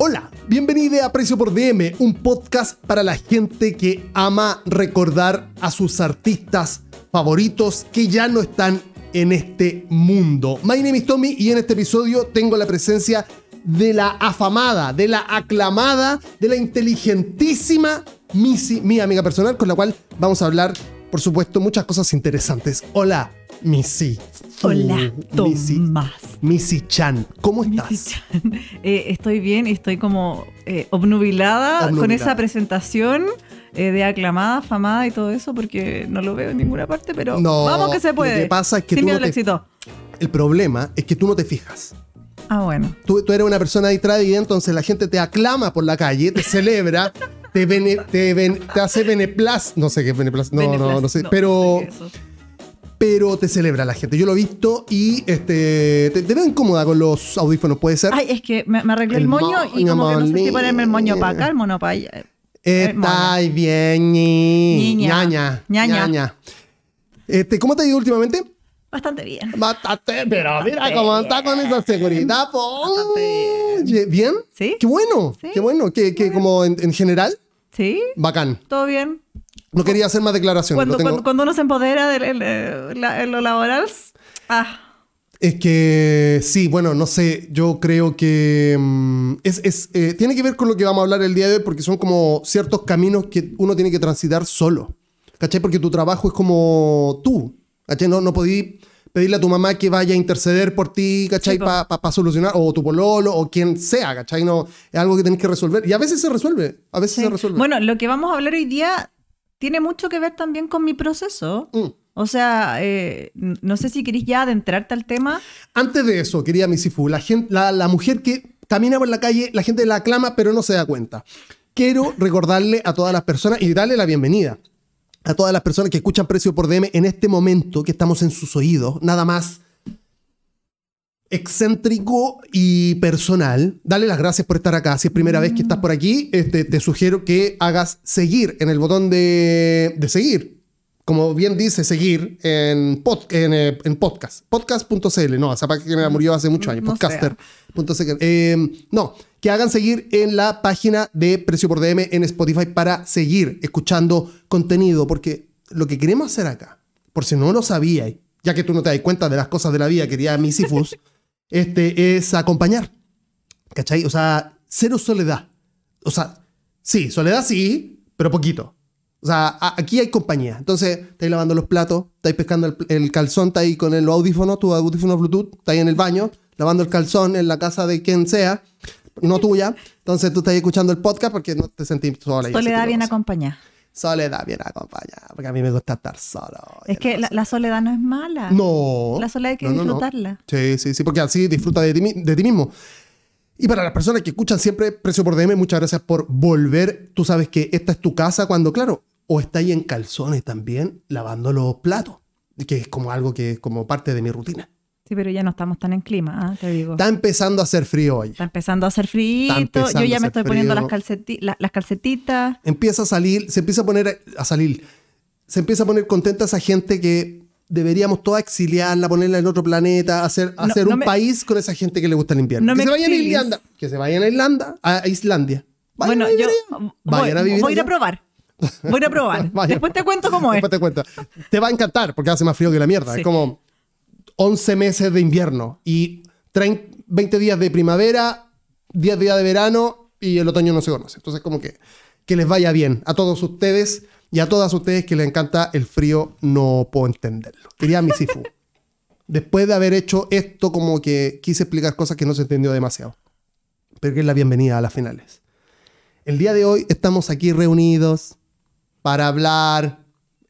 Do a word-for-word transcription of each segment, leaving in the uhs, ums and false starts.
Hola, bienvenido a Precio por D M, un podcast para la gente que ama recordar a sus artistas favoritos que ya no están en este mundo. My name is Tommy y en este episodio tengo la presencia de la afamada, de la aclamada, de la inteligentísima Missy, mi amiga personal, con la cual vamos a hablar, por supuesto, muchas cosas interesantes. Hola, Missy. Hola, Missy, Tomás. Missy Chan, ¿cómo estás? Missy Chan. Eh, estoy bien y estoy como eh, obnubilada, Obnubilada con esa presentación eh, de aclamada, afamada y todo eso, porque no lo veo en ninguna parte, pero No, vamos que se puede. Lo que pasa es que Sin tú miedo no al te- éxito. El problema es que tú no te fijas. Ah, bueno. Tú, tú eres una persona distraída, entonces la gente te aclama por la calle, te celebra, te, bene, te, ben- te hace beneplas, no sé qué es beneplas, no, Beneplas- no, no sé, no, pero, no sé qué es eso. pero te celebra la gente. Yo lo he visto y este, te, te veo incómoda con los audífonos, ¿puede ser? Ay, es que me, me arreglé el, El moño y moño, como que no sé si moño. ponerme el moño para acá, el mono para allá. el moño. Estáis bien, ñi. Ñiña. ñaña, Ñaña. ñaña. Este, ¿cómo te ha ido últimamente? Bastante bien. Bastante, pero mira Bastante cómo está con esa seguridad, po. Bastante Oye, ¿bien? ¿Sí? Qué bueno, Sí. qué bueno. Que, que como en, en general, ¿Sí? bacán. ¿Todo bien? No quería hacer más declaraciones. Cuando, lo tengo- cuando, cuando uno se empodera de, de- de- la- en lo laboral, ah, Es que sí, bueno, no sé, yo creo que mm, es, es, eh, tiene que ver con lo que vamos a hablar el día de hoy, porque son como ciertos caminos que uno tiene que transitar solo. ¿Cachai? Porque tu trabajo es como tú. ¿Cachai? No, no podí pedirle a tu mamá que vaya a interceder por ti, ¿cachai? Sí, po. Para pa, pa solucionar, o tu pololo, o quien sea, ¿cachai? No, es algo que tenés que resolver. Y a veces se resuelve, a veces sí. se resuelve. Bueno, lo que vamos a hablar hoy día tiene mucho que ver también con mi proceso. Mm. O sea, eh, n- no sé si querís ya adentrarte al tema. Antes de eso, querida Missy Fu, la, gente, la, la mujer que camina por la calle, la gente la aclama, pero no se da cuenta. Quiero recordarle a todas las personas y darle la bienvenida a todas las personas que escuchan Precio por D M en este momento que estamos en sus oídos, nada más excéntrico y personal. Dale las gracias por estar acá. Si es primera vez que estás por aquí, este, te sugiero que hagas seguir en el botón de, de seguir. Como bien dice, seguir en, pod, en, eh, en podcast. podcast punto c l. No, esa página murió hace muchos años. No sé. podcaster punto c l. Eh, no, que hagan seguir en la página de Precio por D M en Spotify para seguir escuchando contenido. Porque lo que queremos hacer acá, por si no lo sabíais, ya que tú no te das cuenta de las cosas de la vida, querida Missy Fus, este, es acompañar. ¿Cachai? O sea, cero soledad. O sea, sí, soledad sí, pero poquito. O sea, a- aquí hay compañía. Entonces, estáis lavando los platos, estáis pescando el, el calzón, estáis con el audífono, tu audífono Bluetooth, estáis en el baño, lavando el calzón en la casa de quien sea, no tuya. Entonces, tú estás escuchando el podcast porque no te sentís sola. y ese tipo Soledad de bien cosas. acompañada. Soledad bien acompañada, porque a mí me gusta estar solo. Es que la, la soledad no es mala. No. La soledad hay que No, no, no. disfrutarla. Sí, sí, sí, porque así disfruta de ti, mi- de ti mismo. Y para las personas que escuchan siempre Precio por D M, muchas gracias por volver. Tú sabes que esta es tu casa cuando, claro, o está ahí en calzones también lavando los platos, que es como algo que es como parte de mi rutina. Sí, pero ya no estamos tan en clima, ¿ah? Te digo. Está empezando a hacer frío hoy. Está empezando a hacer frío. Está empezando Yo ya a me hacer estoy poniendo frío. las, calceti- la- las calcetitas. Empieza a salir, se empieza a poner a salir, se empieza a poner contenta esa gente que deberíamos toda exiliarla, ponerla en otro planeta, hacer, No, hacer no un me- país con esa gente que le gusta el invierno. No que me se vayan a exilies. Irlanda, que se vayan a Irlanda, a Islandia. Vayan Bueno, a vivir yo allá. voy, Vayan a vivir voy a ir a allá. probar. Voy a ir a probar. Vaya. Después te cuento cómo es. Después te cuento. Te va a encantar porque hace más frío que la mierda. Sí. Es como once meses de invierno y treinta, veinte días de primavera, diez días de verano y el otoño no se conoce. Entonces, como que que les vaya bien a todos ustedes y a todas ustedes que les encanta el frío, no puedo entenderlo. Quería Missy Fu. Después de haber hecho esto, como que quise explicar cosas que no se entendió demasiado. Pero que es la bienvenida a las finales. El día de hoy estamos aquí reunidos para hablar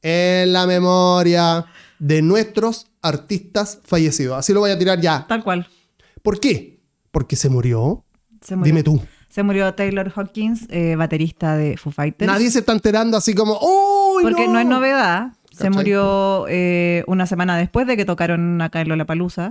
en la memoria de nuestros artistas fallecidos. Así lo voy a tirar ya. Tal cual. ¿Por qué? Porque se murió. Se murió. Dime tú. Se murió Taylor Hawkins, eh, baterista de Foo Fighters. Nadie se está enterando así como, ¡uy, Porque no, es novedad. Se ¿Cachai? murió eh, una semana después de que tocaron acá en Lollapalooza.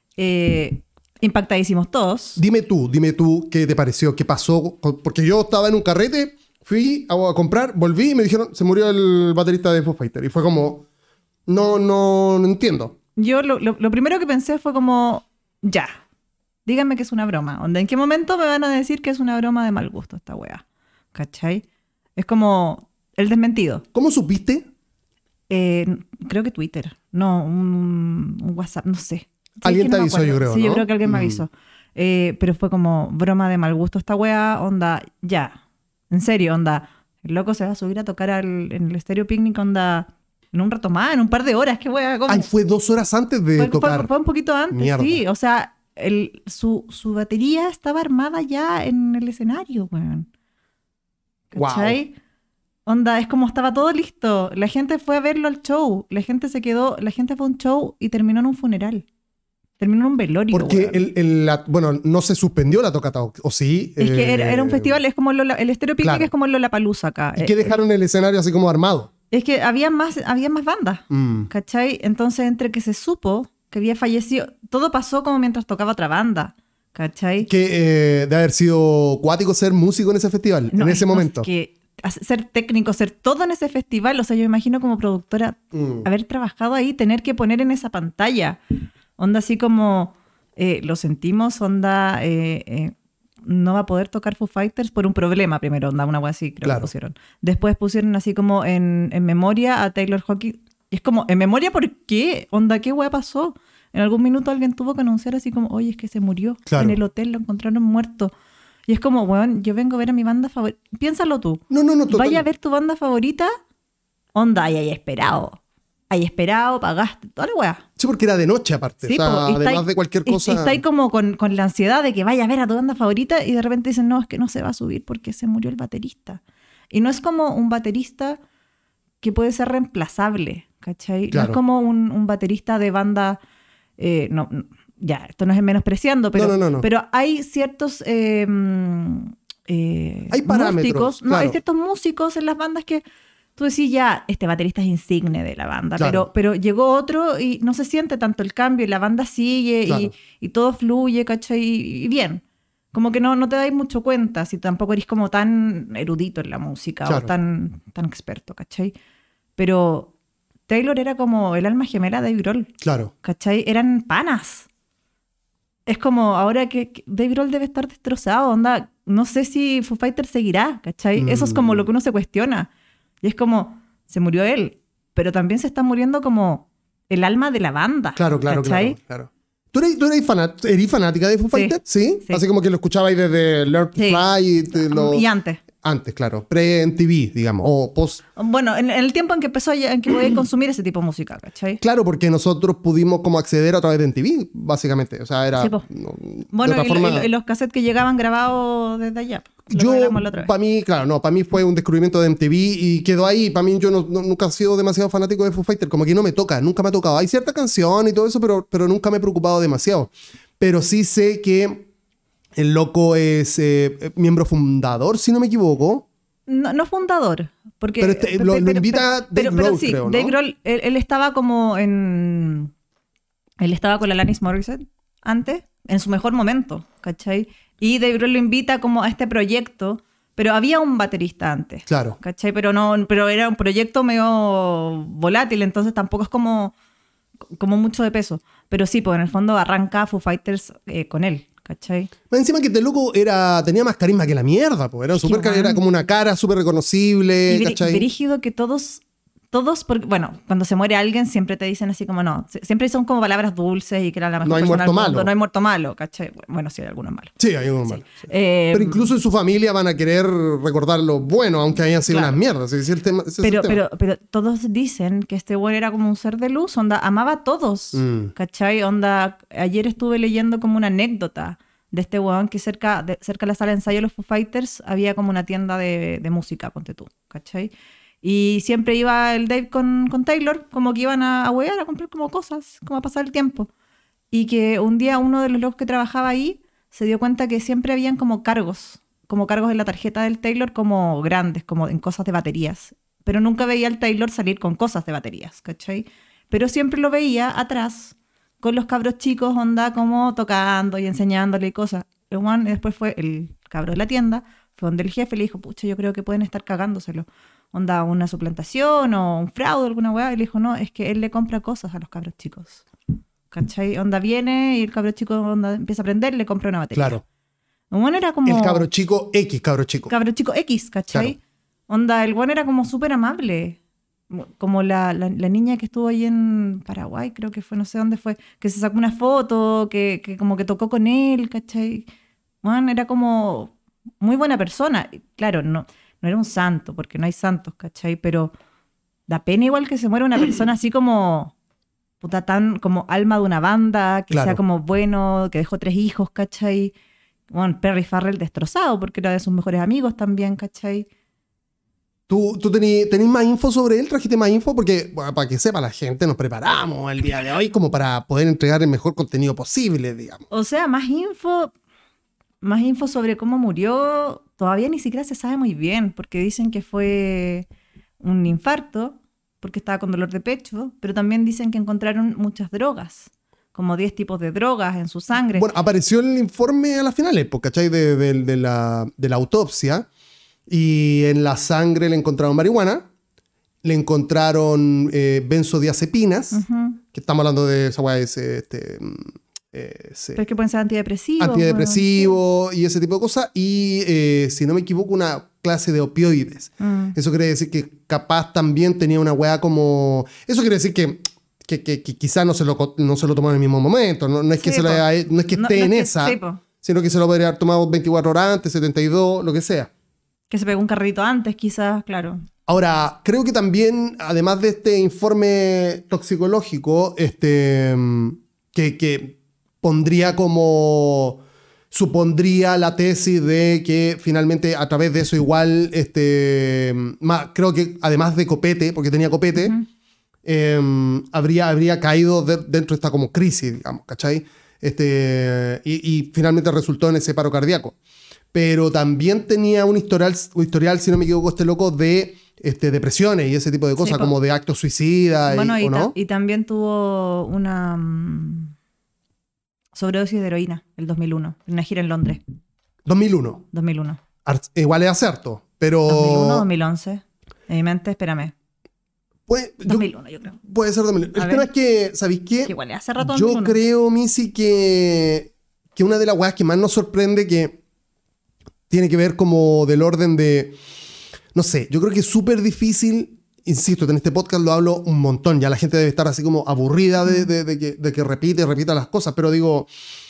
Eh, impactadísimos todos. Dime tú, dime tú qué te pareció, qué pasó. Porque yo estaba en un carrete, fui a, a comprar, volví y me dijeron, se murió el baterista de Foo Fighters. Y fue como, no, no, no entiendo. Yo lo, lo- lo primero que pensé fue como, ya, díganme que es una broma. Onda, ¿en qué momento me van a decir que es una broma de mal gusto esta weá? ¿Cachai? Es como el desmentido. ¿Cómo supiste? Eh, creo que Twitter. No, un, un WhatsApp, no sé. Sí, Alguien es que te no me avisó, acuerdo. yo creo, Sí, ¿no? yo creo que alguien me Mm. avisó. Eh, pero fue como broma de mal gusto esta weá. Onda, ya. En serio, onda. El loco se va a subir a tocar al, en el Estéreo Picnic, onda, en un rato más, en un par de horas. ¿Qué weá? ¿Cómo? Ay, fue dos horas antes de Fue, fue- tocar. fue un poquito antes, Mierda. sí. O sea, el, su, su batería estaba armada ya en el escenario, weón. ¿Cachai? Onda, es como estaba todo listo. La gente fue a verlo al show. La gente se quedó, la gente fue a un show y terminó en un funeral. Terminó en un velorio. Porque weón. el, el- la- bueno, no se suspendió la tocata, ¿o o sí? Es que Eh, era, era un festival, es como Lola- el Estéreo Picnic claro. es como el Lollapalooza acá. ¿Y qué Eh, dejaron el escenario así como armado? Es que había más, había más bandas. Mm. ¿Cachai? Entonces, entre que se supo que había fallecido, todo pasó como mientras tocaba otra banda. ¿Cachai? Que eh, de haber sido cuático ser músico en ese festival, No, en es- ese no, momento. es que hacer- ser técnico, ser todo en ese festival, o sea, yo imagino como productora Mm. haber trabajado ahí, tener que poner en esa pantalla, onda así como, eh, lo sentimos, onda, eh, eh, no va a poder tocar Foo Fighters por un problema, primero, onda, una wea así, creo Claro. que pusieron. Después pusieron así como en, en memoria a Taylor Hawkins, y es como, ¿en memoria por qué? Onda, ¿qué wea pasó? En algún minuto alguien tuvo que anunciar así como, oye, es que se murió Claro. en el hotel, lo encontraron muerto. Y es como, weón, yo vengo a ver a mi banda favorita. Piénsalo tú. No, no, no, total. Vaya a ver tu banda favorita, onda, ahí hay esperado. Hay esperado, pagaste, toda la weá. Sí, porque era de noche aparte. Sí, o sea, po, y está además ahí- de cualquier y- cosa. Y está ahí como con, con la ansiedad de que vaya a ver a tu banda favorita y de repente dicen, no, es que no se va a subir porque se murió el baterista. Y no es como un baterista que puede ser reemplazable, ¿cachai? Claro. No es como un, un baterista de banda... eh, no, no, ya, esto no es menospreciando, pero, No, no, no, no. pero hay ciertos... eh, mm, eh, Hay parámetros, músicos, no, claro. hay ciertos músicos en las bandas que tú decís ya, este baterista es insigne de la banda, Claro. pero, pero llegó otro y no se siente tanto el cambio y la banda sigue Claro. y, y todo fluye, ¿cachai? Y, y bien. Como que no, no te dais mucho cuenta si tampoco eres como tan erudito en la música Claro. o tan, tan experto, ¿cachai? Pero Taylor era como el alma gemela de Dave Grohl, Claro. ¿cachai? Eran panas. Es como ahora que, que Dave Grohl debe estar destrozado, onda, no sé si Foo Fighters seguirá, ¿cachai? Mm. Eso es como lo que uno se cuestiona. Y es como, se murió él, pero también se está muriendo como el alma de la banda. Claro, claro, ¿cachai? claro, claro. ¿Tú eres, tú eres, fanat- eres fanática de Foo Sí, Fighters? ¿Sí? sí. Así como que lo escuchabais desde Learn to Sí. Fly y, te lo- Y antes. antes, claro. Pre-M T V, digamos. O post. Bueno, en, en el tiempo en que empezó, ya- en que podía consumir ese tipo de música, ¿cachai? Claro, porque nosotros pudimos como acceder a través de M T V, básicamente. O sea, era... Sí, po. no, de Bueno, otra y, forma- y- y los cassettes que llegaban grabados desde allá. Lo que Yo, hablamos la otra vez. para mí, claro, no, para mí fue un descubrimiento de M T V y quedó ahí. Para mí, yo no- no- nunca he sido demasiado fanático de Foo Fighters, como que no me toca, nunca me ha tocado. Hay cierta canción y todo eso, pero, pero nunca me he preocupado demasiado. Pero sí sé que el loco es eh, miembro fundador, si no me equivoco. No, no fundador, porque... Pero este- lo- lo invita Dave Grohl, sí, creo, ¿no? Dave Grohl, él, él estaba como en... Él estaba con la Alanis Morissette antes, en su mejor momento, ¿cachai? Y Dave Grohl lo invita como a este proyecto, pero había un baterista antes, Claro. ¿cachai? Pero, no, pero era un proyecto medio volátil, entonces tampoco es como, como mucho de peso. Pero sí, pues en el fondo arranca Foo Fighters eh, con él, ¿cachai? Más encima que este loco era, tenía más carisma que la mierda, pues. Era, Es que, súper ca- weón. era como una cara súper reconocible, Y brí- ¿cachai? brígido que todos, todos, porque, bueno, cuando se muere alguien siempre te dicen así como no, se- siempre son como palabras dulces y que era la mejor No hay persona muerto del mundo, malo. no hay muerto malo, ¿cachai? Bueno, sí hay algunos malos. Sí, hay un malo. sí. Eh, Pero incluso en su familia van a querer recordar lo bueno, aunque hayan sido Claro. unas mierdas. Ese es el tema, ese es el pero, tema. pero, pero todos dicen que este güey era como un ser de luz, onda, amaba a todos, Mm. ¿cachai? Onda, ayer estuve leyendo como una anécdota de este weón que cerca de, cerca de la sala de ensayo de los Foo Fighters había como una tienda de, de música, ponte tú, ¿cachai? Y siempre iba el Dave con, con Taylor, como que iban a, a huear, a comprar como cosas, como a pasar el tiempo. Y que un día uno de los locos que trabajaba ahí se dio cuenta que siempre habían como cargos, como cargos en la tarjeta del Taylor como grandes, como en cosas de baterías. Pero nunca veía al Taylor salir con cosas de baterías, ¿cachai? Pero siempre lo veía atrás, con los cabros chicos, onda, como tocando y enseñándole cosas. El one, y después fue el cabro de la tienda, fue donde el jefe le dijo, pucha, yo creo que pueden estar cagándoselo. Onda, una suplantación o un fraude, alguna weá. Y le dijo, no, es que él le compra cosas a los cabros chicos. ¿cachai? Onda viene y el cabro chico onda, empieza a aprender, le compra una batería. Claro. Bueno, era como... El cabro chico X, cabro chico. Cabro chico X, ¿cachai? Claro. Onda, el bueno era como súper amable. Como la, la, la niña que estuvo ahí en Paraguay, creo que fue, no sé dónde fue, que se sacó una foto, que, que como que tocó con él, ¿cachai? Bueno, era como muy buena persona. Claro, no, no era un santo, porque no hay santos, ¿cachai? Pero da pena igual que se muera una persona así como, puta, tan como alma de una banda, que Claro. sea como bueno, que dejó tres hijos, ¿cachai? Bueno, Perry Farrell destrozado, porque era de sus mejores amigos también, ¿cachai? ¿Tú, tú tenés más info sobre él? ¿Trajiste más info? Porque, bueno, para que sepa la gente, nos preparamos el día de hoy como para poder entregar el mejor contenido posible, digamos. O sea, más info, más info sobre cómo murió, todavía ni siquiera se sabe muy bien, porque dicen que fue un infarto, porque estaba con dolor de pecho, pero también dicen que encontraron muchas drogas, como diez tipos de drogas en su sangre. Bueno, apareció el informe a las finales, pues, ¿cachai? De, de, de, la, de la autopsia. Y en la sangre le encontraron marihuana, le encontraron eh, benzodiazepinas, Uh-huh. que estamos hablando de esa weá, ese, este, eh, ese Pero es que pueden ser antidepresivos. antidepresivo Bueno, y ese tipo de cosas. Y, eh, si no me equivoco, una clase de opioides. sí. Mm. Eso quiere decir que capaz también tenía una weá como... Eso quiere decir que, que, que, que quizás no se lo, no se lo tomó en el mismo momento. No, no es que, Sí, se lo po. haya- no es que No- esté no en es que- esa, sí, po. sino que se lo podría haber tomado veinticuatro horas antes, setenta y dos, lo que sea. Que se pegó un carrito antes, quizás, claro. Ahora, creo que también, además de este informe toxicológico, este, mm, que, que pondría como, supondría la tesis de que finalmente a través de eso igual, este, más, creo que además de copete, porque tenía copete, Uh-huh. eh, habría, habría caído de- dentro de esta como crisis, digamos, ¿cachai? Este, y, y finalmente resultó en ese paro cardíaco. Pero también tenía un historial, un historial, si no me equivoco, este loco, de este, depresiones y ese tipo de cosas, Sí, po. como de actos suicidas, Bueno, y, y, ¿o ta- no? y también tuvo una mm, sobredosis de heroína el dos mil uno, en una gira en Londres, dos mil uno. dos mil uno. Ar- Igual es acerto, pero... dos mil uno, dos mil once. En mi mente, espérame. Puede, yo- dos mil uno, yo creo. puede ser dos mil uno. A El ver. tema es que, ¿sabéis qué? Que igual es hace rato Yo dos mil uno. creo, Missy, que, que una de las weas que más nos sorprende que tiene que ver como del orden de... No sé, yo creo que es súper difícil, insisto, en este podcast lo hablo un montón, ya la gente debe estar así como aburrida de, de- de que, de que repite y repita las cosas, pero digo,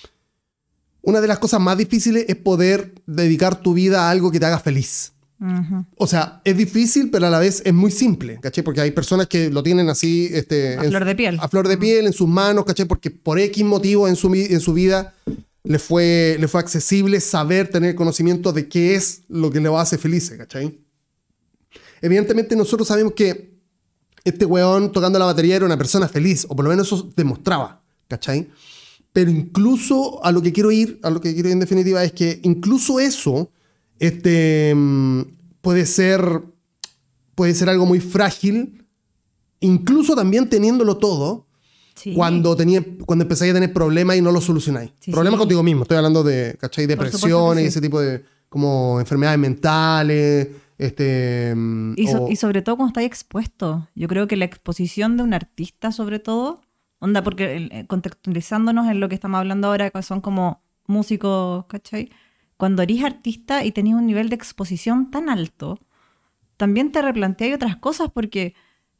una de las cosas más difíciles es poder dedicar tu vida a algo que te haga feliz. Ujú. O sea, es difícil, pero a la vez es muy simple, ¿cachai? Porque hay personas que lo tienen así... Este, A en flor su- de piel. A flor de piel, en sus manos, ¿cachai? Porque por X motivo en su, mi- en su vida le fue, le fue accesible saber, tener conocimiento de qué es lo que le hace feliz, ¿cachai? Evidentemente nosotros sabemos que este weón tocando la batería era una persona feliz, o por lo menos eso demostraba, ¿cachai? Pero incluso a lo que quiero ir, a lo que quiero ir en definitiva, es que incluso eso este, mm, puede ser, puede ser algo muy frágil, incluso también teniéndolo todo, Sí. cuando, tenía, cuando empezáis a tener problemas y no los solucionáis. Sí, problemas sí. contigo mismo, estoy hablando de, ¿cachai? Por supuesto que Depresiones y sí. ese tipo de como enfermedades mentales. Este, mm, Y, so- o- y sobre todo cuando estáis expuesto. Yo creo que la exposición de un artista, sobre todo, onda, porque eh, contextualizándonos en lo que estamos hablando ahora, que son como músicos, ¿cachai? Cuando eres artista y tenés un nivel de exposición tan alto, también te replanteáis otras cosas porque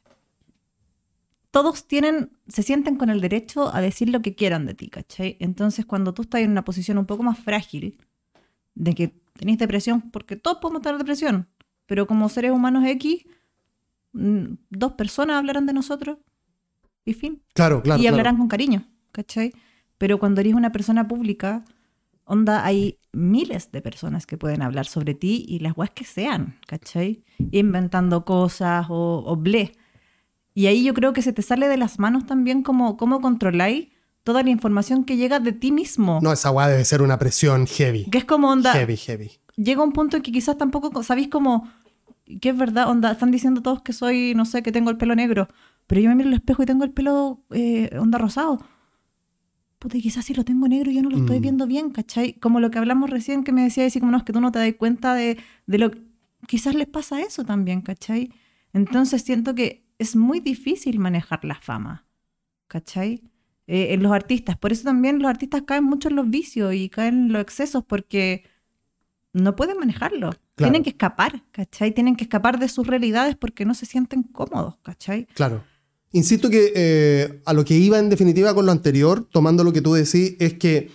todos tienen, se sienten con el derecho a decir lo que quieran de ti, ¿cachai? Entonces, cuando tú estás en una posición un poco más frágil, de que tenés depresión, porque todos podemos tener depresión, pero como seres humanos X, mm, dos personas hablarán de nosotros y fin. claro, claro. y claro. hablarán con cariño, ¿cachai? Pero cuando eres una persona pública, onda, hay miles de personas que pueden hablar sobre ti y las weas que sean, ¿cachai? Inventando cosas o, o ble. Y ahí yo creo que se te sale de las manos también como cómo controláis toda la información que llega de ti mismo. No, esa weá debe ser una presión heavy. Que es como onda, Heavy, heavy. llega un punto en que quizás tampoco sabéis como que es verdad, onda, están diciendo todos que soy, no sé, que tengo el pelo negro, pero yo me miro al espejo y tengo el pelo eh, onda rosado. Puta, y quizás si lo tengo negro yo no lo estoy Mm. viendo bien, ¿cachai? Como lo que hablamos recién, que me decía decir como no, es que tú no te das cuenta de, de lo que... Quizás les pasa eso también, ¿cachai? Entonces siento que es muy difícil manejar la fama, ¿cachai? eh, en los artistas. Por eso también los artistas caen mucho en los vicios y caen en los excesos porque no pueden manejarlo. Claro. Tienen que escapar, ¿cachai? Tienen que escapar de sus realidades porque no se sienten cómodos, ¿cachai? Claro. Insisto que eh, a lo que iba en definitiva con lo anterior, tomando lo que tú decís, es que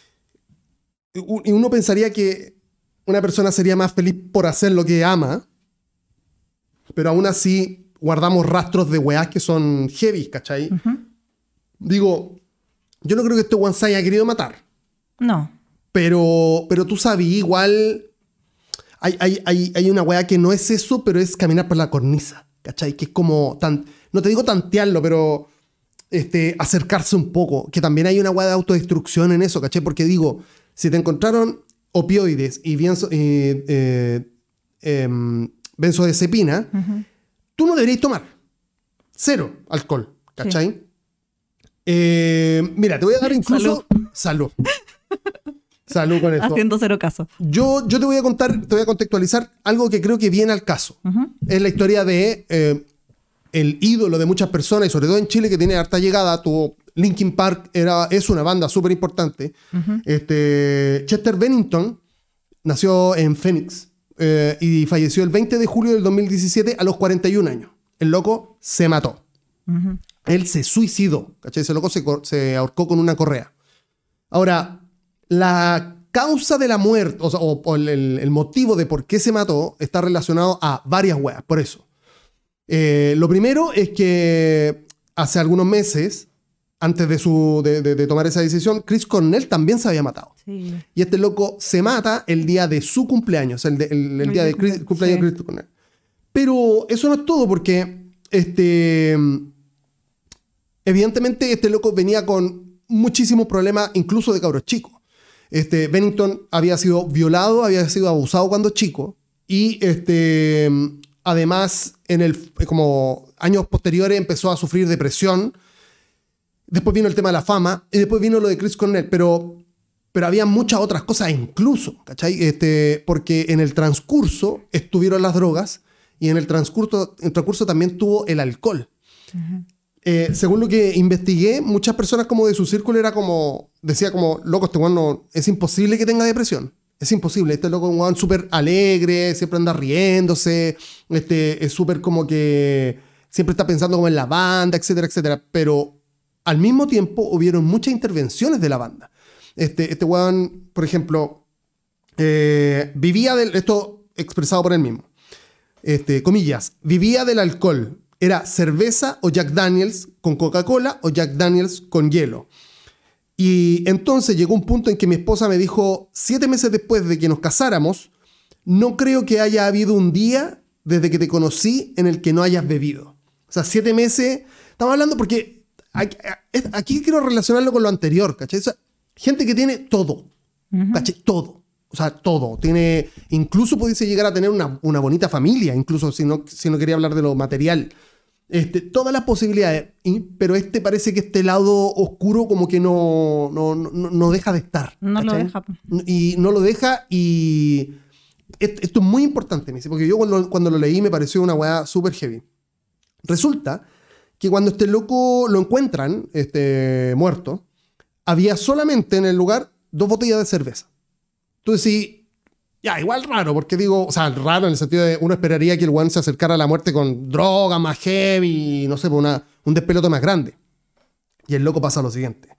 uno pensaría que una persona sería más feliz por hacer lo que ama, pero aún así guardamos rastros de weás que son heavy, ¿cachai? Uh-huh. Digo, yo no creo que este weón se haya querido matar. No. Pero, pero tú sabes, igual hay, hay, hay, hay una weá que no es eso, pero es caminar por la cornisa, ¿cachai? Que es como, tan, no te digo tantearlo, pero este, acercarse un poco. Que también hay una weá de autodestrucción en eso, ¿cachai? Porque digo, si te encontraron opioides y benzo, eh, eh, eh, benzodiazepina, uh-huh. tú no deberías tomar. Cero alcohol, ¿cachai? Sí. Eh, mira, te voy a dar incluso... Salud. Salud. Salud con eso. Haciendo cero caso. Yo, yo te voy a contar, te voy a contextualizar algo que creo que viene al caso. Uh-huh. Es la historia de eh, el ídolo de muchas personas, y sobre todo en Chile, que tiene harta llegada. Tuvo Linkin Park, era, es una banda súper importante. Uh-huh. Este, Chester Bennington nació en Phoenix eh, y falleció el veinte de julio del dos mil diecisiete a los cuarenta y un años. El loco se mató. Uh-huh. Él se suicidó, ¿cachai? Ese loco se, se ahorcó con una correa. Ahora, la causa de la muerte, o, sea, o, o el, el motivo de por qué se mató, está relacionado a varias weas, por eso. Eh, lo primero es que hace algunos meses, antes de, su, de, de, de tomar esa decisión, Chris Cornell también se había matado. Sí. Y este loco se mata el día de su cumpleaños, el, de, el, el día del de cumpleaños sí. de Chris Cornell. Pero eso no es todo, porque este, evidentemente este loco venía con muchísimos problemas, incluso de cabros chicos. Este, Bennington había sido violado, había sido abusado cuando chico, y este, además en el, como años posteriores empezó a sufrir depresión. Después vino el tema de la fama y después vino lo de Chris Cornell, pero, pero había muchas otras cosas incluso, ¿cachai? Este, porque en el transcurso estuvieron las drogas y en el transcurso, en el transcurso también tuvo el alcohol. Uh-huh. Eh, según lo que investigué, muchas personas como de su círculo era como, decía como, loco, este weón no, es imposible que tenga depresión. Es imposible. Este loco es un weón súper alegre, siempre anda riéndose, este, es súper como que siempre está pensando como en la banda, etcétera, etcétera. Pero al mismo tiempo hubieron muchas intervenciones de la banda. Este, este weón, por ejemplo, eh, vivía del, esto expresado por él mismo, este, comillas, vivía del alcohol. Era cerveza o Jack Daniels con Coca-Cola o Jack Daniels con hielo. Y entonces llegó un punto en que mi esposa me dijo, siete meses después de que nos casáramos, no creo que haya habido un día desde que te conocí en el que no hayas bebido. O sea, siete meses, estamos hablando porque aquí, aquí quiero relacionarlo con lo anterior, ¿cachai? O sea, gente que tiene todo, uh-huh. ¿cachai? Todo. O sea, todo. Tiene, incluso pudiese llegar a tener una, una bonita familia, incluso si no, si no quería hablar de lo material. Este, todas las posibilidades, y, pero este parece que este lado oscuro como que no, no, no, no deja de estar. No ¿cachai? lo deja. Y no lo deja y esto, esto es muy importante, porque yo cuando, cuando lo leí me pareció una weá súper heavy. Resulta que cuando este loco lo encuentran, este, muerto, había solamente en el lugar dos botellas de cerveza. Entonces sí, ya, igual raro, porque digo, o sea, raro en el sentido de uno esperaría que el weón se acercara a la muerte con droga más heavy, no sé, una, un despelote más grande. Y el loco pasa lo siguiente.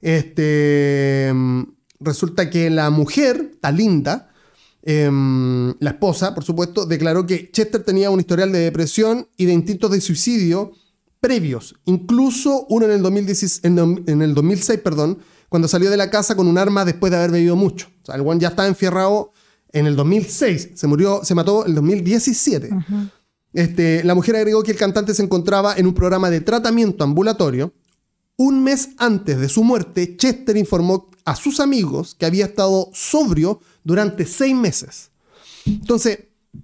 Este, resulta que la mujer, Talinda, eh, la esposa, por supuesto, declaró que Chester tenía un historial de depresión y de intentos de suicidio previos. Incluso uno en el, dos mil dieciséis, en, en el dos mil seis, perdón, cuando salió de la casa con un arma después de haber bebido mucho. O sea, el weón ya estaba enfierrado en el dos mil seis. Se murió, se mató en el dos mil diecisiete. Uh-huh. Este, la mujer agregó que el cantante se encontraba en un programa de tratamiento ambulatorio. Un mes antes de su muerte, Chester informó a sus amigos que había estado sobrio durante seis meses. Entonces,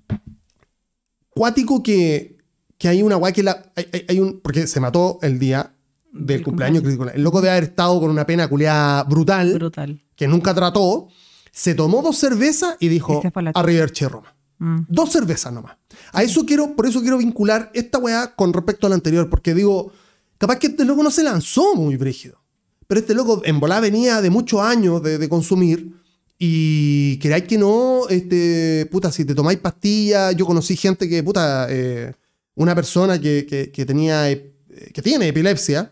cuático que, que hay una guay que la... Hay, hay, hay un, porque se mató el día del cumpleaños. cumpleaños. El loco debe haber estado con una pena culiada brutal, brutal, que nunca trató. Se tomó dos cervezas y dijo, arrivederci Roma. Mm. Dos cervezas nomás. A eso quiero, por eso quiero vincular esta weá con respecto a la anterior, porque digo, capaz que este loco no se lanzó muy brígido. Pero este loco en volada venía de muchos años de, de consumir y queráis que no, este, puta, si te tomáis pastillas, yo conocí gente que, puta, eh, una persona que, que, que tenía, que tiene epilepsia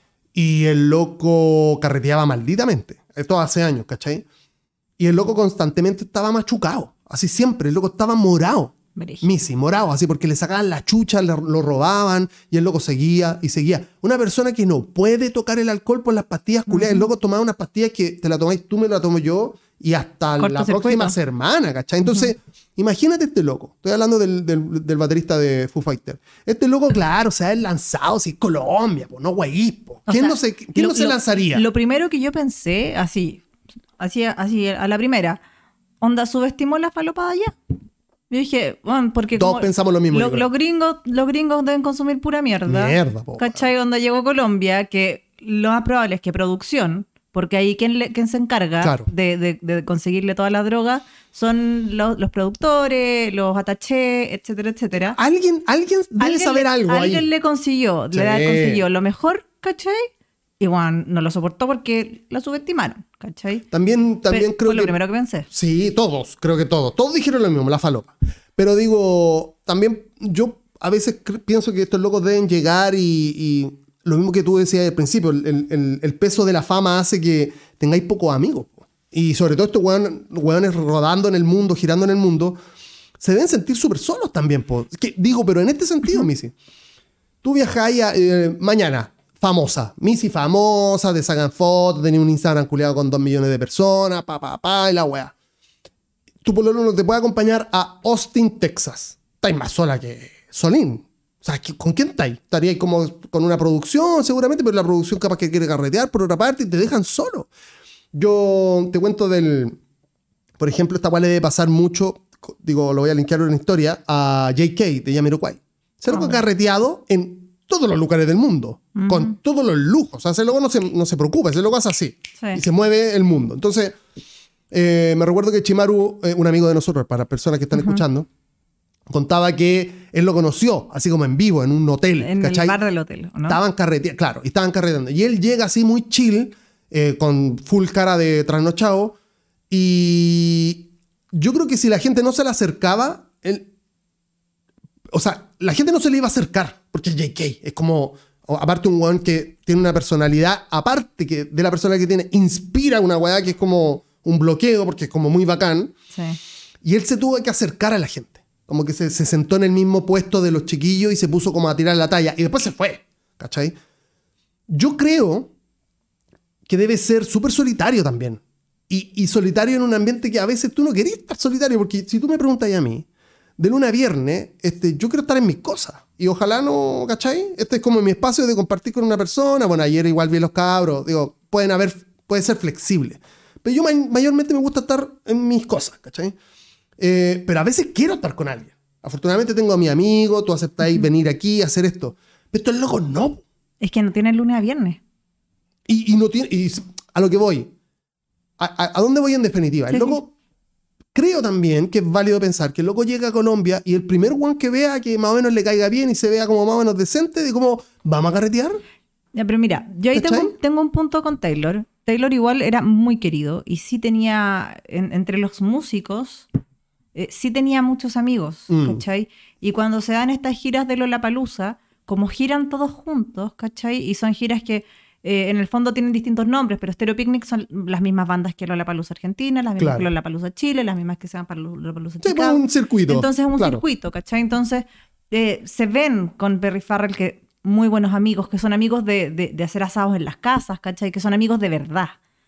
y el loco carreteaba malditamente. Esto hace años, ¿cachai? Y el loco constantemente estaba machucado. Así siempre, el loco estaba morado. Misi, morado, así porque le sacaban la chucha, le, lo robaban y el loco seguía y seguía. Una persona que no puede tocar el alcohol por las pastillas culiadas. Uh-huh. El loco tomaba unas pastillas que te la tomáis tú, me la tomo yo y hasta Corto la próxima semana, ¿cachai? Entonces, uh-huh. imagínate este loco. Estoy hablando del, del, del baterista de Foo Fighters. Este loco, claro, se ha lanzado, si es Colombia, pues no güey, po. ¿Quién, sea, no se, ¿quién lo, no se lo, lanzaría? Lo primero que yo pensé, así, así, así a la primera, onda, subestimó la falopa de allá. Yo dije, bueno, porque todos pensamos lo mismo. Lo, los, gringos, los gringos deben consumir pura mierda. Mierda, po. ¿Cachai? Donde llegó Colombia, que lo más probable es que producción, porque ahí quien, le, quien se encarga claro. de, de, de conseguirle todas las drogas son los, los productores, los attachés, etcétera, etcétera. Alguien, alguien debe alguien saber le, algo Alguien ahí. le consiguió, sí. le consiguió lo mejor, ¿cachai? Y bueno, no lo soportó porque la subestimaron, ¿cachai? También, también Pero creo fue que... lo primero que pensé. Sí, todos, creo que todos. Todos dijeron lo mismo, la falopa. Pero digo, también yo a veces pienso que estos locos deben llegar y, y lo mismo que tú decías al principio, el, el, el peso de la fama hace que tengáis pocos amigos. Y sobre todo estos hueones, hueones rodando en el mundo, girando en el mundo, se deben sentir súper solos también. Po. Que, digo, pero en este sentido, uh-huh. Missy, tú viajáis eh, mañana, famosa, Missy famosa, te sacan fotos, tenés un Instagram culiado con dos millones de personas, pa, pa, pa, y la weá. Tu pololo no te puede acompañar a Austin, Texas. Estáis más sola que Solín. O sea, ¿con quién estáis? Estaríais como con una producción seguramente, pero la producción capaz que quiere carretear por otra parte y te dejan solo. Yo te cuento del... Por ejemplo, esta cual le debe pasar mucho, digo, lo voy a linkear en una historia, a J K de Jamiroquai. Se lo ha carreteado en todos los lugares del mundo, uh-huh. con todos los lujos. O sea, ese loco no se, no se preocupa, ese loco hace así. Sí. Y se mueve el mundo. Entonces, eh, me recuerdo que Chimaru, eh, un amigo de nosotros, para personas que están uh-huh. escuchando, contaba que él lo conoció, así como en vivo, en un hotel. En ¿cachai? El bar del hotel, ¿no? Estaban carreteando, claro, y estaban carreteando. Y él llega así muy chill, eh, con full cara de trasnochado, y yo creo que si la gente no se le acercaba, él, o sea, la gente no se le iba a acercar, porque es J K, es como, aparte un weón que tiene una personalidad, aparte que de la personalidad que tiene, inspira una weá que es como un bloqueo, porque es como muy bacán, sí. Y él se tuvo que acercar a la gente, como que se, se sentó en el mismo puesto de los chiquillos y se puso como a tirar la talla, y después se fue, ¿cachai? Yo creo que debe ser súper solitario también. Y, y solitario en un ambiente que a veces tú no querías estar solitario, porque si tú me preguntas a mí, de lunes a viernes, este, yo quiero estar en mis cosas. Y ojalá no, ¿cachai? Este es como mi espacio de compartir con una persona. Bueno, ayer igual vi los cabros. Digo, pueden haber, puede ser flexible. Pero yo may, mayormente me gusta estar en mis cosas, ¿cachai? Eh, pero a veces quiero estar con alguien. Afortunadamente tengo a mi amigo, tú aceptáis uh-huh. venir aquí a hacer esto. Pero estos locos no. Es que no tienen lunes a viernes. Y, y no tiene, y a lo que voy. ¿A, a, a dónde voy en definitiva? El sí, loco, sí. Creo también que es válido pensar que el loco llega a Colombia y el primer one que vea que más o menos le caiga bien y se vea como más o menos decente, de cómo vamos a carretear. Ya, pero mira, yo ahí tengo, tengo un punto con Taylor. Taylor igual era muy querido y sí tenía, en, entre los músicos, eh, sí tenía muchos amigos, mm. ¿cachai? Y cuando se dan estas giras de Lollapalooza, como giran todos juntos, ¿cachai? Y son giras que Eh, en el fondo tienen distintos nombres, pero Stereo Picnic son las mismas bandas que Lollapalooza Argentina, las mismas claro. que Lollapalooza Chile, las mismas que se van para Lollapalooza Chicago. Sí, pues un circuito. Entonces es un claro. circuito, ¿cachai? Entonces eh, se ven con Perry Farrell que muy buenos amigos, que son amigos de, de, de hacer asados en las casas, ¿cachai? Que son amigos de verdad.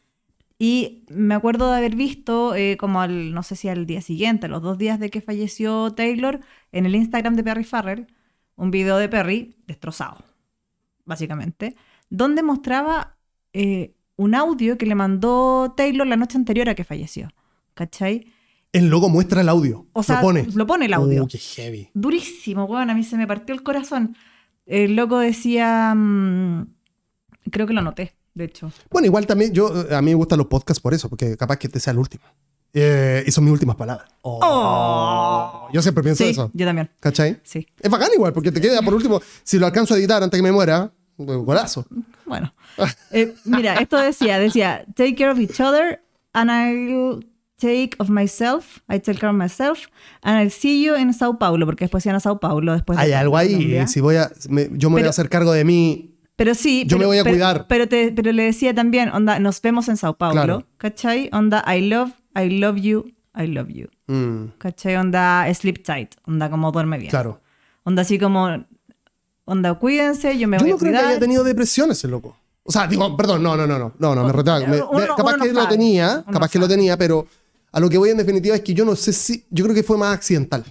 Y me acuerdo de haber visto, eh, como al, no sé si al día siguiente, los dos días de que falleció Taylor, en el Instagram de Perry Farrell, un video de Perry destrozado, básicamente, donde mostraba eh, un audio que le mandó Taylor la noche anterior a que falleció, ¿cachai? El loco muestra el audio, o sea, lo pone. Lo pone el audio. Uh, qué heavy. Durísimo, weón, a mí se me partió el corazón. El loco decía, mmm, creo que lo anoté, de hecho. Bueno, igual también, yo a mí me gustan los podcasts por eso, porque capaz que este sea el último. Eh, y son mis últimas palabras. Oh. Oh. Yo siempre pienso sí, eso. Yo también. ¿Cachai? Sí. Es bacán igual, porque te queda por último, si lo alcanzo a editar antes que me muera, Un golazo. Bueno. Eh, mira, esto decía, decía, take care of each other and I'll take of myself, I take care of myself and I'll see you in Sao Paulo, porque después iban a Sao Paulo. Después Hay de algo ahí, Colombia. si voy a, me, yo me Pero, voy a hacer cargo de mí. Pero sí, yo pero, me voy a pero, cuidar. Pero, te, pero le decía también, onda, nos vemos en Sao Paulo, claro. ¿cachai? Onda, I love, I love you, I love you. Mm. ¿Cachai? Onda, sleep tight, onda, como duerme bien. Claro. Onda así como, onda, cuídense, yo me yo voy no a cuidar. creo que haya tenido depresión ese loco. O sea, digo, perdón, no, no, no, no, no, no me retracto. Me, Uno- me- capaz uno que no lo sabe, tenía, uno capaz que lo sabe. tenía, pero a lo que voy en definitiva es que yo no sé si, yo creo que fue más accidental.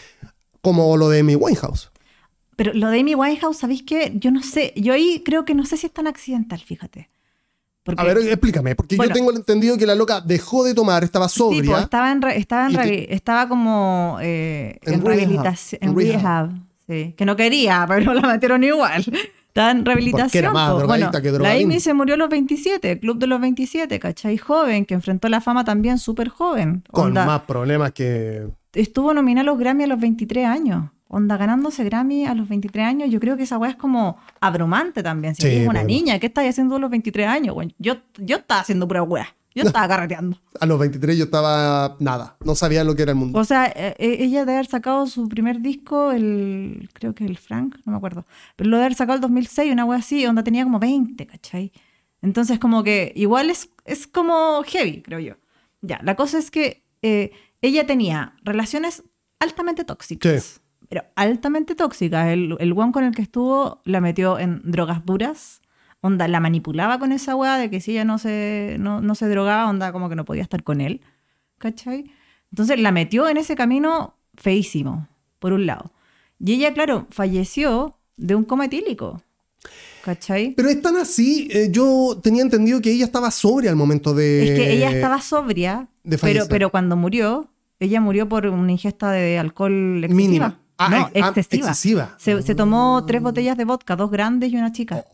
Como lo de Amy Winehouse. Pero lo de Amy Winehouse, ¿sabéis qué? Yo no sé, yo ahí creo que no sé si es tan accidental, fíjate. Porque, A ver, explícame, porque Bueno. yo tengo el entendido que la loca dejó de tomar, estaba sí, po, sobria. estaba, en re- estaba, en Y te- rehabi- estaba como eh, En en, rehab, rehabilitación, en en rehab, rehab. sí, que no quería, pero la metieron igual. Estaba en rehabilitación. Porque era más po. drogadicta Bueno, que la drogadín. Amy se murió a los veintisiete, Club de los veintisiete, ¿cachai? Joven, que enfrentó la fama también súper joven. Con Onda, más problemas que... estuvo nominada a los Grammy a los veintitrés años. Onda, ganándose Grammy a los veintitrés años, yo creo que esa weá es como abrumante también. Si Sí, eres una pero- niña, ¿qué estás haciendo a los veintitrés años? Bueno, yo, yo estaba haciendo pura weá. Yo estaba carreteando. A los veintitrés yo estaba nada, no sabía lo que era el mundo. O sea, eh, eh, ella de haber sacado su primer disco, el creo que el Frank, no me acuerdo. Pero lo de haber sacado el dos mil seis, una weá así, onda tenía como veinte, ¿cachai? Entonces como que igual es, es como heavy, creo yo. Ya, la cosa es que eh, ella tenía relaciones altamente tóxicas. Sí. Pero altamente tóxicas. El, el weón con el que estuvo la metió en drogas duras. Onda, la manipulaba con esa weá de que si ella no se, no, no se drogaba, onda como que no podía estar con él. ¿Cachai? Entonces la metió en ese camino feísimo, por un lado. Y ella, claro, falleció de un coma etílico. ¿Cachai? Pero es tan así, eh, yo tenía entendido que ella estaba sobria al momento de... Es que ella estaba sobria, de pero, fallecer. pero cuando murió, ella murió por una ingesta de alcohol excesiva. Mínima. Ah, no, ah, ah, excesiva. excesiva. Se, se tomó tres botellas de vodka, dos grandes y una chica.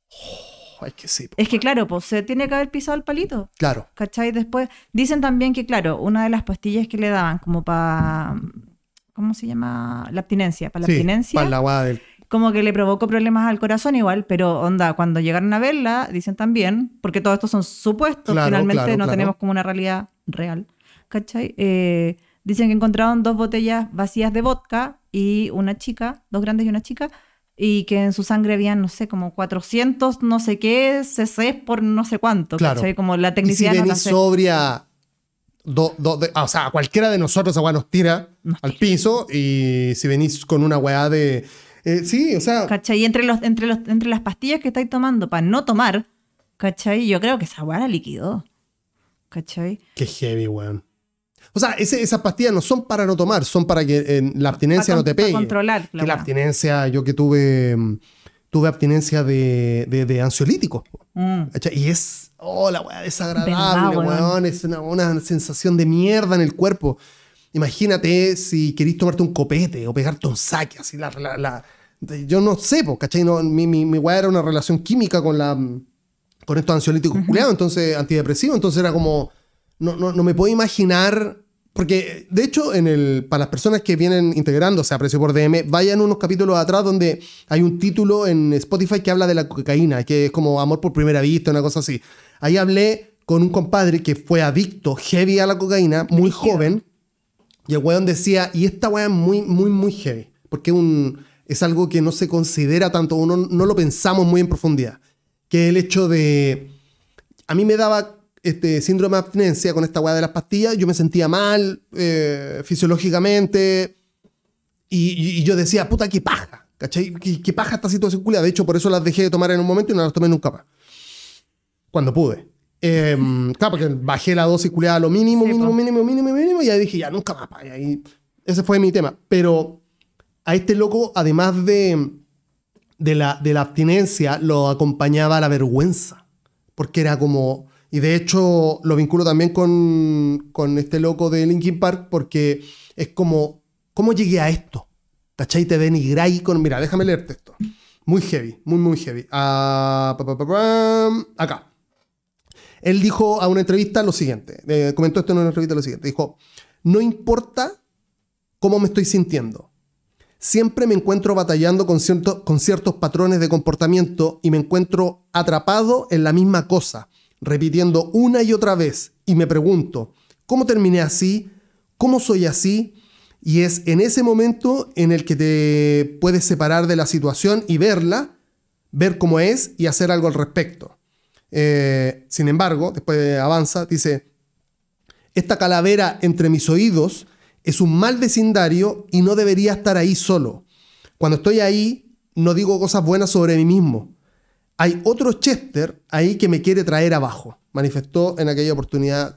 Oh, es que sí, po. Es que claro, pues se tiene que haber pisado el palito. Claro. ¿Cachai? Después dicen también que, claro, una de las pastillas que le daban como para... ¿Cómo se llama? La abstinencia. Para la Sí, abstinencia. para la guada del... Como que le provocó problemas al corazón igual, pero onda, cuando llegaron a verla, dicen también, porque todo esto son supuestos, Claro, finalmente claro, no claro. tenemos como una realidad real, ¿cachai? Eh, dicen que encontraron dos botellas vacías de vodka y una chica, dos grandes y una chica, y que en su sangre habían, no sé, como cuatrocientos no sé qué cc por no sé cuánto, Claro. ¿cachai? Como la Y si tecnicidad no la venís sé. sobria, do- do- de- ah, o sea, cualquiera de nosotros esa weá nos tira Nos al tira. piso, y si venís con una weá de... eh, sí, o sea, ¿Cachai? Y entre, los, entre, los, entre las pastillas que estáis tomando para no tomar, ¿cachai? Yo creo que esa weá la liquidó, ¿cachai? qué heavy, weón. O sea, ese- esas pastillas no son para no tomar, son para que eh, la abstinencia Pa no te con- pa pegue. controlar la que la weá. abstinencia, yo que tuve, mm, tuve abstinencia de, de, de ansiolíticos. Mm. ¿Cachai? Y es, oh, la weá desagradable, Verdad, weón. weón. Es una, una sensación de mierda en el cuerpo. Imagínate si querís tomarte un copete o pegarte un saque, así la... la- la- yo no sé, po, ¿cachai? No, mi, mi, mi weá era una relación química con la con estos ansiolíticos culiados, entonces antidepresivos, entonces era como... No, no, no me puedo imaginar... Porque, de hecho, en el, para las personas que vienen integrándose a Precio por D M, vayan unos capítulos atrás donde hay un título en Spotify que habla de la cocaína, que es como amor por primera vista, una cosa así. Ahí hablé con un compadre que fue adicto heavy a la cocaína, muy joven, y el weón decía, y esta weá es muy, muy, muy heavy, porque un, es algo que no se considera tanto, uno no lo pensamos muy en profundidad, que es el hecho de... A mí me daba este síndrome de abstinencia con esta weá de las pastillas, yo me sentía mal eh, fisiológicamente, y, y- y yo decía, puta, qué paja, ¿cachai? Qué, qué paja esta situación culiada. De hecho, por eso las dejé de tomar en un momento y no las tomé nunca más. Cuando pude. Eh, claro, porque bajé la dosis culiada a lo mínimo, Sí, mínimo, po. mínimo, mínimo, mínimo, y ahí dije, ya, nunca más, pa. Y ahí, ese fue mi tema. Pero a este loco, además de, de, la, de la abstinencia, lo acompañaba la vergüenza. Porque era como... Y de hecho, lo vinculo también con, con este loco de Linkin Park, porque es como, ¿cómo llegué a esto? ¿Cachai? Te denigráis con... Mira, déjame leerte esto. Muy heavy, muy, muy heavy. Ah, pa, pa, pa, pam. Acá. Él dijo a una entrevista lo siguiente. Eh, comentó esto en una entrevista lo siguiente. Dijo, no importa cómo me estoy sintiendo. siempre me encuentro batallando con, cierto, con ciertos patrones de comportamiento y me encuentro atrapado en la misma cosa, repitiendo una y otra vez. Y me pregunto, ¿cómo terminé así? ¿Cómo soy así? Y es en ese momento en el que te puedes separar de la situación y verla, ver cómo es y hacer algo al respecto. Eh, sin embargo, después avanza, dice, esta calavera entre mis oídos es un mal vecindario y no debería estar ahí solo. Cuando estoy ahí, no digo cosas buenas sobre mí mismo. Hay otro Chester ahí que me quiere traer abajo. Manifestó en aquella oportunidad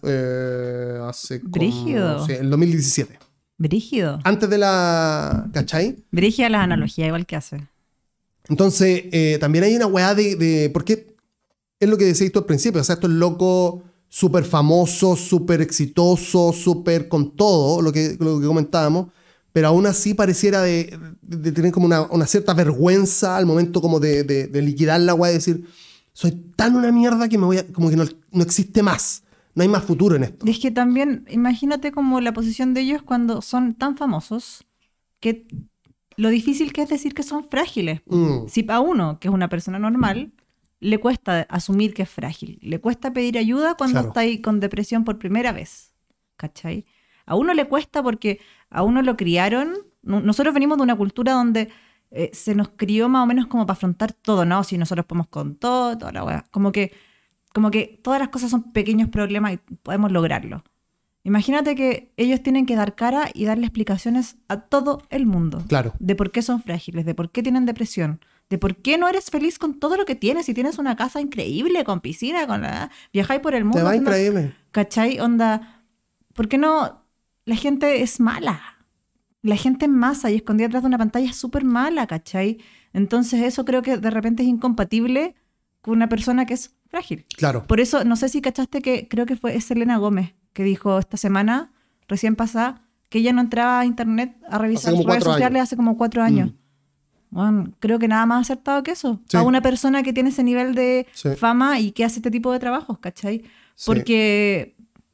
eh, hace como... Brígido. Sí, en el dos mil diecisiete. Brígido. Antes de la... ¿Cachai? Brígida las analogías, igual que hace. Entonces, eh, también hay una weá de, de... Porque es lo que decías tú al principio. O sea, estos locos súper famosos, súper exitosos, súper con todo, lo que, lo que comentábamos. Pero aún así pareciera de, de tener como una, una cierta vergüenza al momento como de, de, de liquidar la weá y decir, soy tan una mierda que me voy a... Como que no, no existe más. No hay más futuro en esto. Es que también, imagínate como la posición de ellos cuando son tan famosos que lo difícil que es decir que son frágiles. Mm. Si a uno, que es una persona normal, le cuesta asumir que es frágil, le cuesta pedir ayuda cuando Claro. está ahí con depresión por primera vez, ¿cachai? A uno le cuesta porque a uno lo criaron, no- nosotros venimos de una cultura donde eh, se nos crió más o menos como para afrontar todo, ¿no? Si nosotros podemos con todo, toda la weá. Como que, como que todas las cosas son pequeños problemas y podemos lograrlo. Imagínate que ellos tienen que dar cara y darle explicaciones a todo el mundo. Claro. De por qué son frágiles, de por qué tienen depresión, de por qué no eres feliz con todo lo que tienes. Si tienes una casa increíble, con piscina, con la... viajáis por el mundo. Te va haciendo- increíble. ¿Cachai? Onda, ¿por qué no? La gente es mala. La gente en masa y escondida detrás de una pantalla es súper mala, ¿cachai? Entonces eso creo que de repente es incompatible con una persona que es frágil. Claro. Por eso, no sé si cachaste que creo que fue es Selena Gómez que dijo esta semana, recién pasada, que ella no entraba a internet a revisar Hace como sus redes cuatro sociales años. hace como cuatro años. Mm. Bueno, creo que nada más acertado que eso. Sí. A una persona que tiene ese nivel de Sí. fama y que hace este tipo de trabajos, ¿cachai? Sí. Porque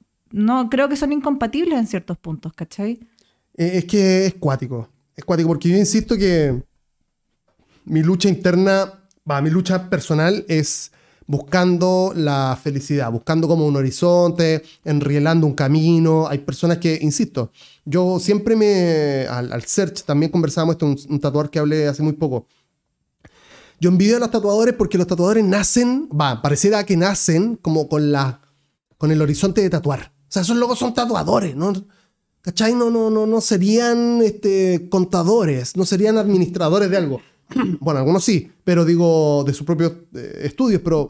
no, creo que son incompatibles en ciertos puntos, ¿cachai? Eh, Es que es cuático. Es cuático porque yo insisto que mi lucha interna, va, mi lucha personal es buscando la felicidad, buscando como un horizonte, enrielando un camino. Hay personas que, insisto, yo siempre me, al, al search, también conversábamos esto, un, un tatuador que hablé hace muy poco. Yo envidio a los tatuadores porque los tatuadores nacen, va, pareciera que nacen como con la, con el horizonte de tatuar. O sea, esos locos son tatuadores, ¿no? ¿Cachai? No, no, no, no serían este, contadores, no serían administradores de algo. Bueno, algunos sí, pero digo de sus propios eh, estudios, pero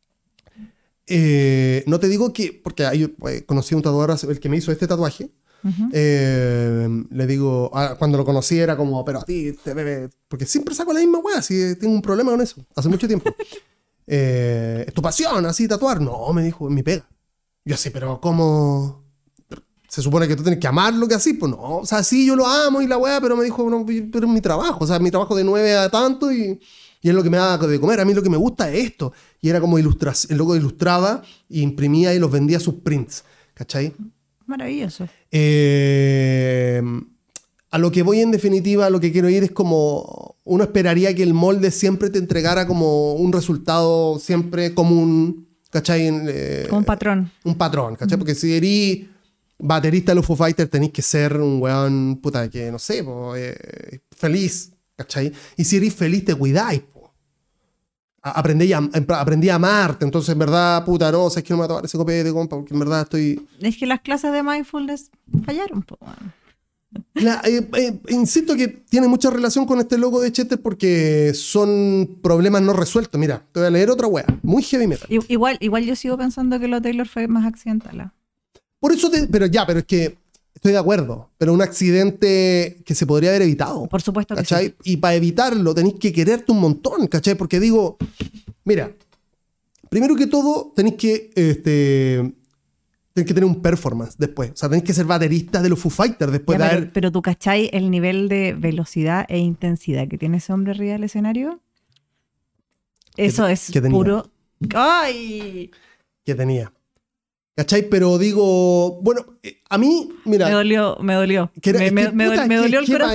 eh, no te digo que, porque hay, eh, conocí a un tatuador, el que me hizo este tatuaje, Ujú. eh, le digo, ah, cuando lo conocí era como, pero a ti, te bebe, porque siempre saco la misma wea, si tengo un problema con eso, hace mucho tiempo. Eh, ¿es tu pasión así tatuar? No, me dijo, es mi pega. Yo así, pero ¿cómo? Se supone que tú tienes que amar lo que así, pues no, o sea, sí, yo lo amo y la weá, pero me dijo, no, pero es mi trabajo, o sea, mi trabajo de nueve a tanto y, y es lo que me da de comer, a mí lo que me gusta es esto. Y era como ilustración, el loco ilustraba y imprimía y los vendía sus prints, ¿cachai? Maravilloso. Eh, a lo que voy en definitiva, a lo que quiero ir es como, uno esperaría que el molde siempre te entregara como un resultado siempre común, ¿cachai? Eh, Como un patrón. un patrón, ¿cachai? Porque si eres baterista de los Foo Fighters tenéis que ser un weón, puta, que no sé, po, eh, feliz, ¿cachai? Y si eres feliz te cuidáis, po. A- Aprendí a, aprendí a amarte, entonces en verdad, puta, no, sabes que no me voy a tomar ese copete, compa, porque en verdad estoy... Es que las clases de mindfulness fallaron, po, bueno. La- eh, eh, insisto que tiene mucha relación con este logo de Chester porque son problemas no resueltos. Mira, te voy a leer otra wea, muy heavy metal. I- Igual, igual yo sigo pensando que lo Taylor fue más accidental. ¿ah? Por eso, te, pero ya, pero es que estoy de acuerdo, pero un accidente que se podría haber evitado. Por supuesto que ¿Cachai? sí. Y para evitarlo tenéis que quererte un montón, ¿cachai? Porque digo, mira, primero que todo tenéis que, este, tenéis que tener un performance después. O sea, tenéis que ser baterista de los Foo Fighters después Ya, de pero, haber... pero tú cachai el nivel de velocidad e intensidad que tiene ese hombre arriba del escenario. Eso es que tenía. puro. ¡Ay! que tenía. ¿Cachai? Pero digo, bueno, eh, a mí, mira... Me dolió, me dolió. que era- me es me- que, me dol- puta, me ¿qué- dolió el qué corazón. vaya-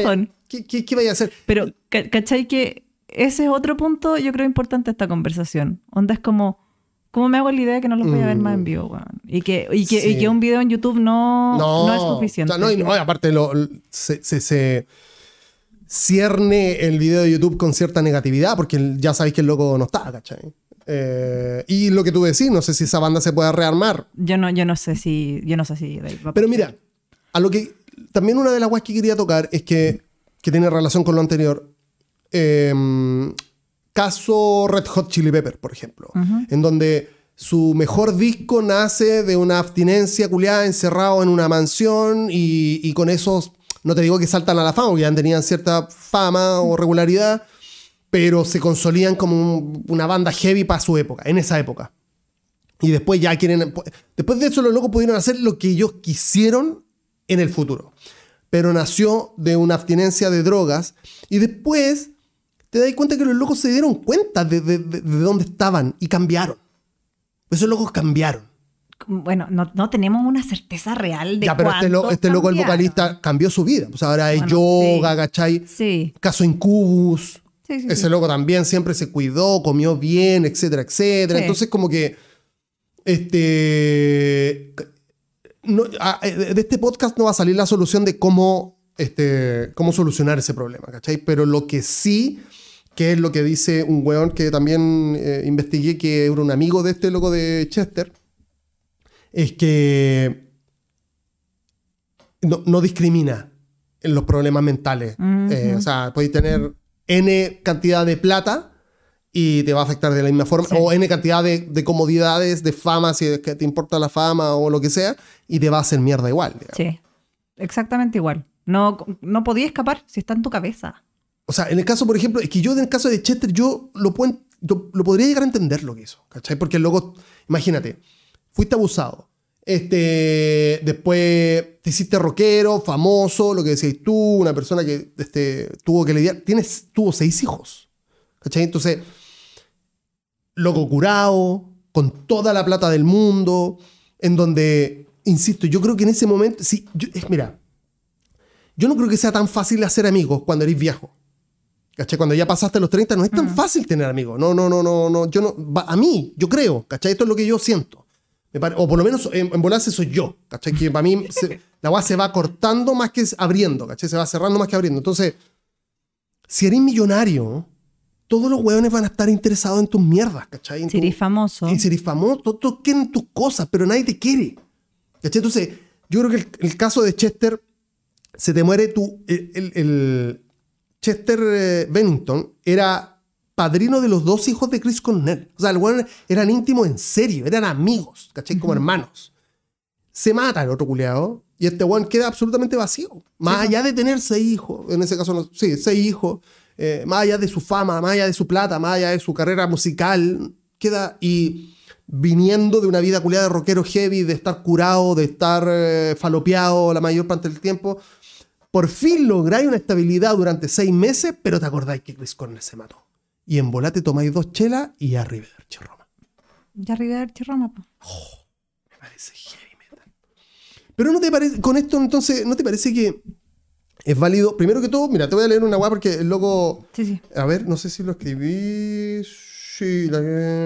¿Qué, qué, qué vaya a hacer? Pero, ¿cachai? Que ese es otro punto, yo creo, importante de esta conversación. Onda es como, ¿cómo me hago la idea de que no los voy a ver más en vivo, weón? Y que, y, que, Sí. y que un video en YouTube no, No, no es suficiente. O sea, no, y no, aparte lo, se, se, se cierne el video de YouTube con cierta negatividad, porque ya sabéis que el loco no está, ¿cachai? Eh, y lo que tú decís, no sé si esa banda se puede rearmar. Yo no, yo no sé si... Yo no sé si Pero mira, a lo que... También una de las cosas que quería tocar es que, que tiene relación con lo anterior. Eh, caso Red Hot Chili Pepper, por ejemplo. Uh-huh. En donde su mejor disco nace de una abstinencia culiada encerrado en una mansión y, y con esos... No te digo que saltan a la fama, porque ya tenían cierta fama o regularidad, pero se consolidan como un, una banda heavy para su época, en esa época. Y después ya quieren... Después de eso los locos pudieron hacer lo que ellos quisieron en el futuro. Pero nació de una abstinencia de drogas y después te das cuenta que los locos se dieron cuenta de, de, de, de dónde estaban y cambiaron. Esos locos cambiaron. Bueno, no, no tenemos una certeza real de ya, pero este, lo, este loco, el vocalista, cambió su vida. Pues ahora es bueno, yoga, sí. ¿Cachai? Sí. Caso Incubus. Sí, sí, Ese sí. loco también siempre se cuidó, comió bien, etcétera, etcétera. Sí. Entonces, como que... Este... No, de este podcast no va a salir la solución de cómo, este, cómo solucionar ese problema, ¿cachai? Pero lo que sí, que es lo que dice un weón que también eh, investigué, que era un amigo de este loco de Chester, es que no, no discrimina en los problemas mentales. Uh-huh. Eh, o sea, podéis tener N cantidad de plata y te va a afectar de la misma forma. Sí. O N cantidad de, de comodidades, de fama, si es que te importa la fama o lo que sea, y te va a hacer mierda igual. Digamos. Sí, exactamente igual. No, no podía escapar si está en tu cabeza. O sea, en el caso, por ejemplo, es que yo en el caso de Chester, yo lo, puedo, yo lo podría llegar a entender lo que hizo, ¿cachai? Porque luego, imagínate, fuiste abusado. Este, después te hiciste rockero, famoso, lo que decías tú, una persona que este, tuvo que lidiar. Tienes, tuvo seis hijos, ¿cachai? Entonces... loco curado, con toda la plata del mundo, en donde, insisto, yo creo que en ese momento, sí, yo, es, mira, yo no creo que sea tan fácil hacer amigos cuando eres viejo. ¿Cachai? Cuando ya pasaste los treinta, no es tan mm. fácil tener amigos. No, no, no, no, no, yo no, a mí, yo creo, ¿cachai? Esto es lo que yo siento. Me pare, o por lo menos en, en volarse soy yo, ¿cachai? Que para mí se, la weá se va cortando más que abriendo, ¿cachai? Se va cerrando más que abriendo. Entonces, si eres millonario... todos los hueones van a estar interesados en tus mierdas, ¿cachai? En si eres tu, famoso. Y si eres famoso, todos, todos quieren tus cosas, pero nadie te quiere. ¿Cachai? Entonces, yo creo que el, el caso de Chester, se te muere tu... El, el, el Chester eh, Bennington era padrino de los dos hijos de Chris Cornell. O sea, los hueones eran íntimos en serio, eran amigos, ¿cachai? Uh-huh. Como hermanos. Se mata el otro culiado y este hueón queda absolutamente vacío. Más sí, allá de tener seis hijos, en ese caso, no, sí, seis hijos... Eh, más allá de su fama, más allá de su plata, más allá de su carrera musical, queda y viniendo de una vida culiada de rockero heavy, de estar curado, de estar eh, falopeado la mayor parte del tiempo, por fin lográis una estabilidad durante seis meses, pero te acordáis que Chris Cornell se mató. Y en volate tomáis dos chelas y arrivederci Roma. Ya arrivederci Roma, po. Oh, me parece heavy metal. Pero no te parece, con esto entonces, ¿no te parece que es válido? Primero que todo, mira, te voy a leer una guapa porque el loco... Sí, sí. A ver, no sé si lo escribí... Sí, la...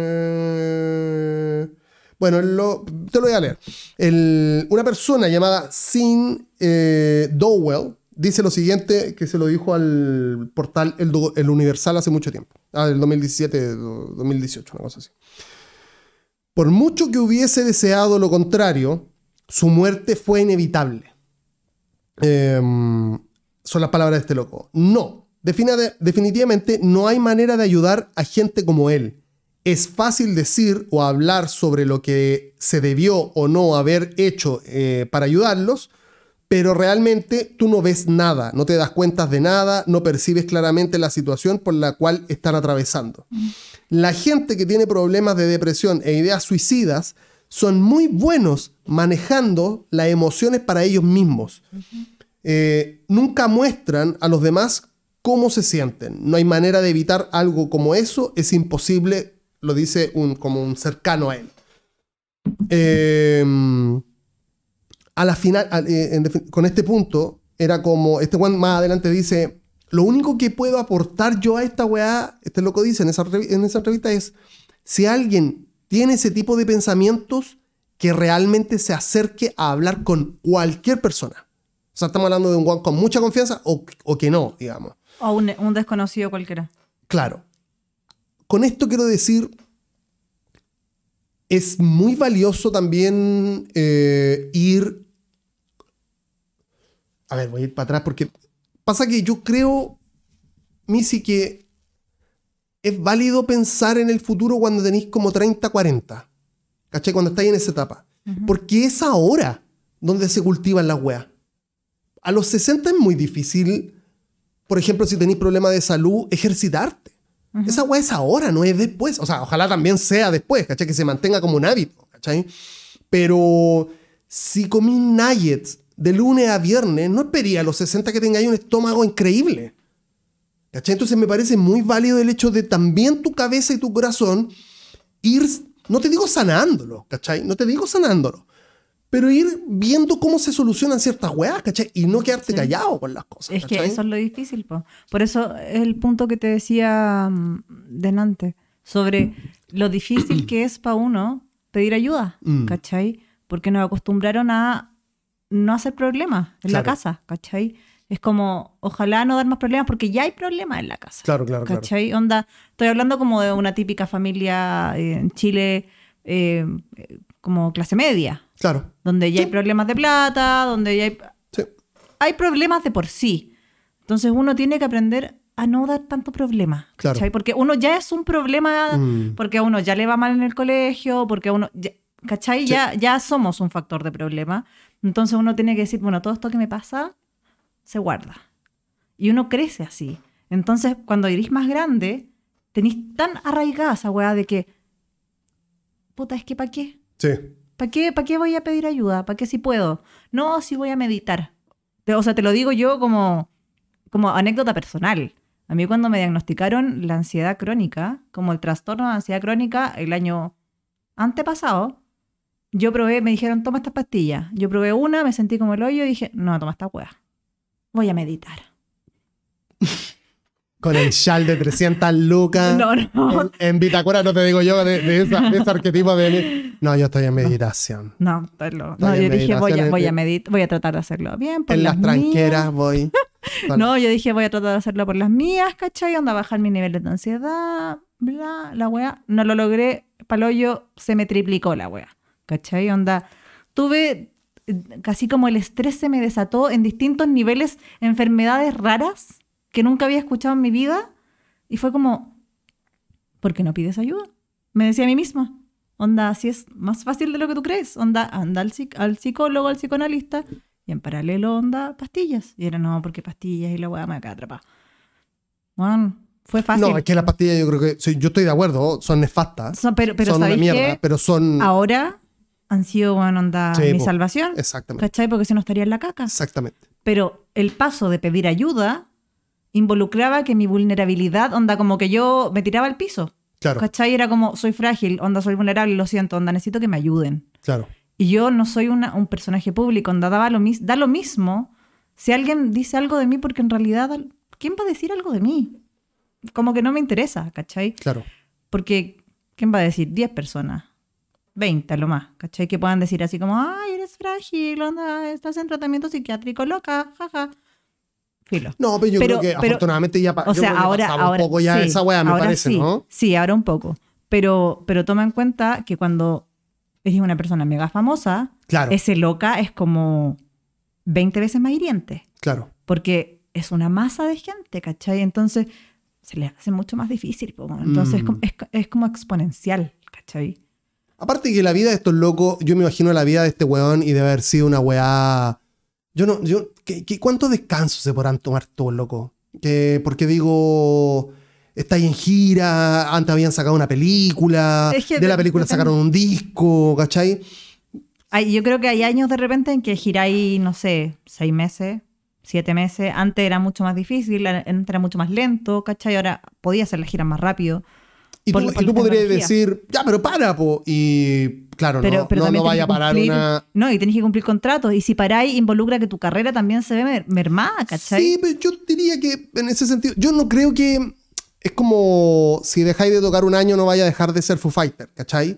Bueno, lo... te lo voy a leer. El... Una persona llamada Sin eh, Dowell dice lo siguiente, que se lo dijo al portal El, Do... el Universal hace mucho tiempo. Ah, del dos mil diecisiete, dos mil dieciocho, una cosa así. Por mucho que hubiese deseado lo contrario, su muerte fue inevitable. Eh, son las palabras de este loco. No, defini- definitivamente no hay manera de ayudar a gente como él. Es fácil decir o hablar sobre lo que se debió o no haber hecho eh, para ayudarlos, pero realmente tú no ves nada, no te das cuenta de nada, no percibes claramente la situación por la cual están atravesando. Mm. La gente que tiene problemas de depresión e ideas suicidas son muy buenos manejando las emociones para ellos mismos. Uh-huh. Eh, nunca muestran a los demás cómo se sienten. No hay manera de evitar algo como eso. Es imposible, lo dice un, como un cercano a él. Eh, a la final, a, eh, en, con este punto, era como, este Juan más adelante dice, lo único que puedo aportar yo a esta weá, este loco dice en esa, en esa entrevista, es si alguien tiene ese tipo de pensamientos, que realmente se acerque a hablar con cualquier persona. O sea, estamos hablando de un weón con mucha confianza o, o que no, digamos. O un, un desconocido cualquiera. Claro. Con esto quiero decir, es muy valioso también eh, ir... A ver, voy a ir para atrás porque pasa que yo creo, Missy, que es válido pensar en el futuro cuando tenéis como treinta, cuarenta. ¿Cachai? Cuando estáis en esa etapa. Uh-huh. Porque es ahora donde se cultivan las weas. A los sesenta es muy difícil, por ejemplo, si tenéis problemas de salud, ejercitarte. Uh-huh. Esa wea es ahora, no es después. O sea, ojalá también sea después, ¿cachai? Que se mantenga como un hábito, ¿cachai? Pero si comí nuggets de lunes a viernes, no espería a los sesenta que tengáis un estómago increíble. ¿Cachai? Entonces me parece muy válido el hecho de también tu cabeza y tu corazón ir... No te digo sanándolo, ¿cachai? No te digo sanándolo. Pero ir viendo cómo se solucionan ciertas weas, ¿cachai? Y no quedarte sí. callado con las cosas, Es ¿cachai? que eso es lo difícil, po. Por eso es el punto que te decía um, delante, sobre lo difícil que es para uno pedir ayuda, mm. ¿cachai? Porque nos acostumbraron a no hacer problemas en claro. la casa, ¿cachai? Es como, ojalá no dar más problemas porque ya hay problemas en la casa. Claro, claro, ¿cachai? claro. Onda, estoy hablando como de una típica familia eh, en Chile, eh, como clase media. Claro. Donde ya sí. hay problemas de plata, donde ya hay... Sí. Hay problemas de por sí. Entonces uno tiene que aprender a no dar tanto problema. Claro. ¿cachai? Porque uno ya es un problema, mm. porque a uno ya le va mal en el colegio, porque a uno... Ya, ¿cachai? Sí. Ya, ya somos un factor de problema. Entonces uno tiene que decir, bueno, todo esto que me pasa... se guarda. Y uno crece así. Entonces, cuando eres más grande, tenés tan arraigada esa weá de que, puta, es que ¿para qué? Sí. ¿Para qué, ¿Para qué voy a pedir ayuda? ¿Para qué si puedo? No, si voy a meditar. O sea, te lo digo yo como, como anécdota personal. A mí cuando me diagnosticaron la ansiedad crónica, como el trastorno de ansiedad crónica, el año antepasado, yo probé, me dijeron, toma estas pastillas. Yo probé una, me sentí como el hoyo y dije, no, toma esta weá. Voy a meditar. Con el chal de trescientas lucas. No, no. En, en Vitacura, no te digo yo, de, de, esa, de ese arquetipo de... No, yo estoy en meditación. No, no, no yo dije, voy a, voy, a medit- voy a tratar de hacerlo bien. Por en las, las tranqueras mías. voy. No, yo dije, voy a tratar de hacerlo por las mías, ¿cachai? Anda a bajar mi nivel de ansiedad, bla, la wea. No lo logré, paloyo, se me triplicó la wea, ¿cachai? Onda, tuve... casi como el estrés se me desató en distintos niveles, enfermedades raras que nunca había escuchado en mi vida, y fue como, ¿por qué no pides ayuda? Me decía a mí misma, onda, así es más fácil de lo que tú crees, onda, anda al, psic- al psicólogo, al psicoanalista, y en paralelo, onda, pastillas. Y era, no, porque pastillas y la weá me acaba atrapada. Bueno, fue fácil. No, es que las pastillas yo creo que, sí, yo estoy de acuerdo, son nefastas, son, pero, pero son una mierda, pero son... Ahora... han sido, bueno, onda, sí, mi po, salvación. Exactamente. ¿Cachai? Porque si no estaría en la caca. Exactamente. Pero el paso de pedir ayuda involucraba que mi vulnerabilidad, onda, como que yo me tiraba al piso. Claro. ¿Cachai? Era como, soy frágil, onda, soy vulnerable, lo siento, onda, necesito que me ayuden. Claro. Y yo no soy una, un personaje público, onda, daba lo mis- da lo mismo si alguien dice algo de mí, porque en realidad, ¿quién va a decir algo de mí? Como que no me interesa, ¿cachai? Claro. Porque, ¿quién va a decir? diez personas. veinte a lo más, ¿cachai? Que puedan decir así como, ay, eres frágil, onda, estás en tratamiento psiquiátrico, loca, jaja. Filo. No, pero yo pero, creo que pero, afortunadamente ya o sea, ahora, ahora, un poco ya sí, esa weá, me parece, sí, ¿no? Sí, ahora un poco. Pero, pero toma en cuenta que cuando eres una persona mega famosa, claro. ese loca es como veinte veces más hiriente. Claro. Porque es una masa de gente, ¿cachai? Entonces se le hace mucho más difícil. Po. Entonces mm. es, como, es, es como exponencial, ¿cachai? Aparte que la vida de estos locos, yo me imagino la vida de este weón y debe haber sido una weá... Yo no... Yo, ¿qué, qué, ¿Cuántos descansos se podrán tomar todos, loco? Que, porque digo... Estáis en gira, antes habían sacado una película, es que de la película depende. Sacaron un disco, ¿cachai? Ay, yo creo que hay años de repente en que giráis, no sé, seis meses, siete meses. Antes era mucho más difícil, antes era mucho más lento, ¿cachai? Ahora podía hacer la gira más rápido. Y tú, por, por y tú podrías decir, ya, pero para, po. Y claro, pero, no, pero no, también no tenés vaya a que parar cumplir- una... No, y tenés que cumplir contratos. Y si paráis, involucra que tu carrera también se ve mer- mermada, ¿cachai? Sí, pero yo diría que en ese sentido, yo no creo que es como si dejáis de tocar un año no vaya a dejar de ser Foo Fighter, ¿cachai?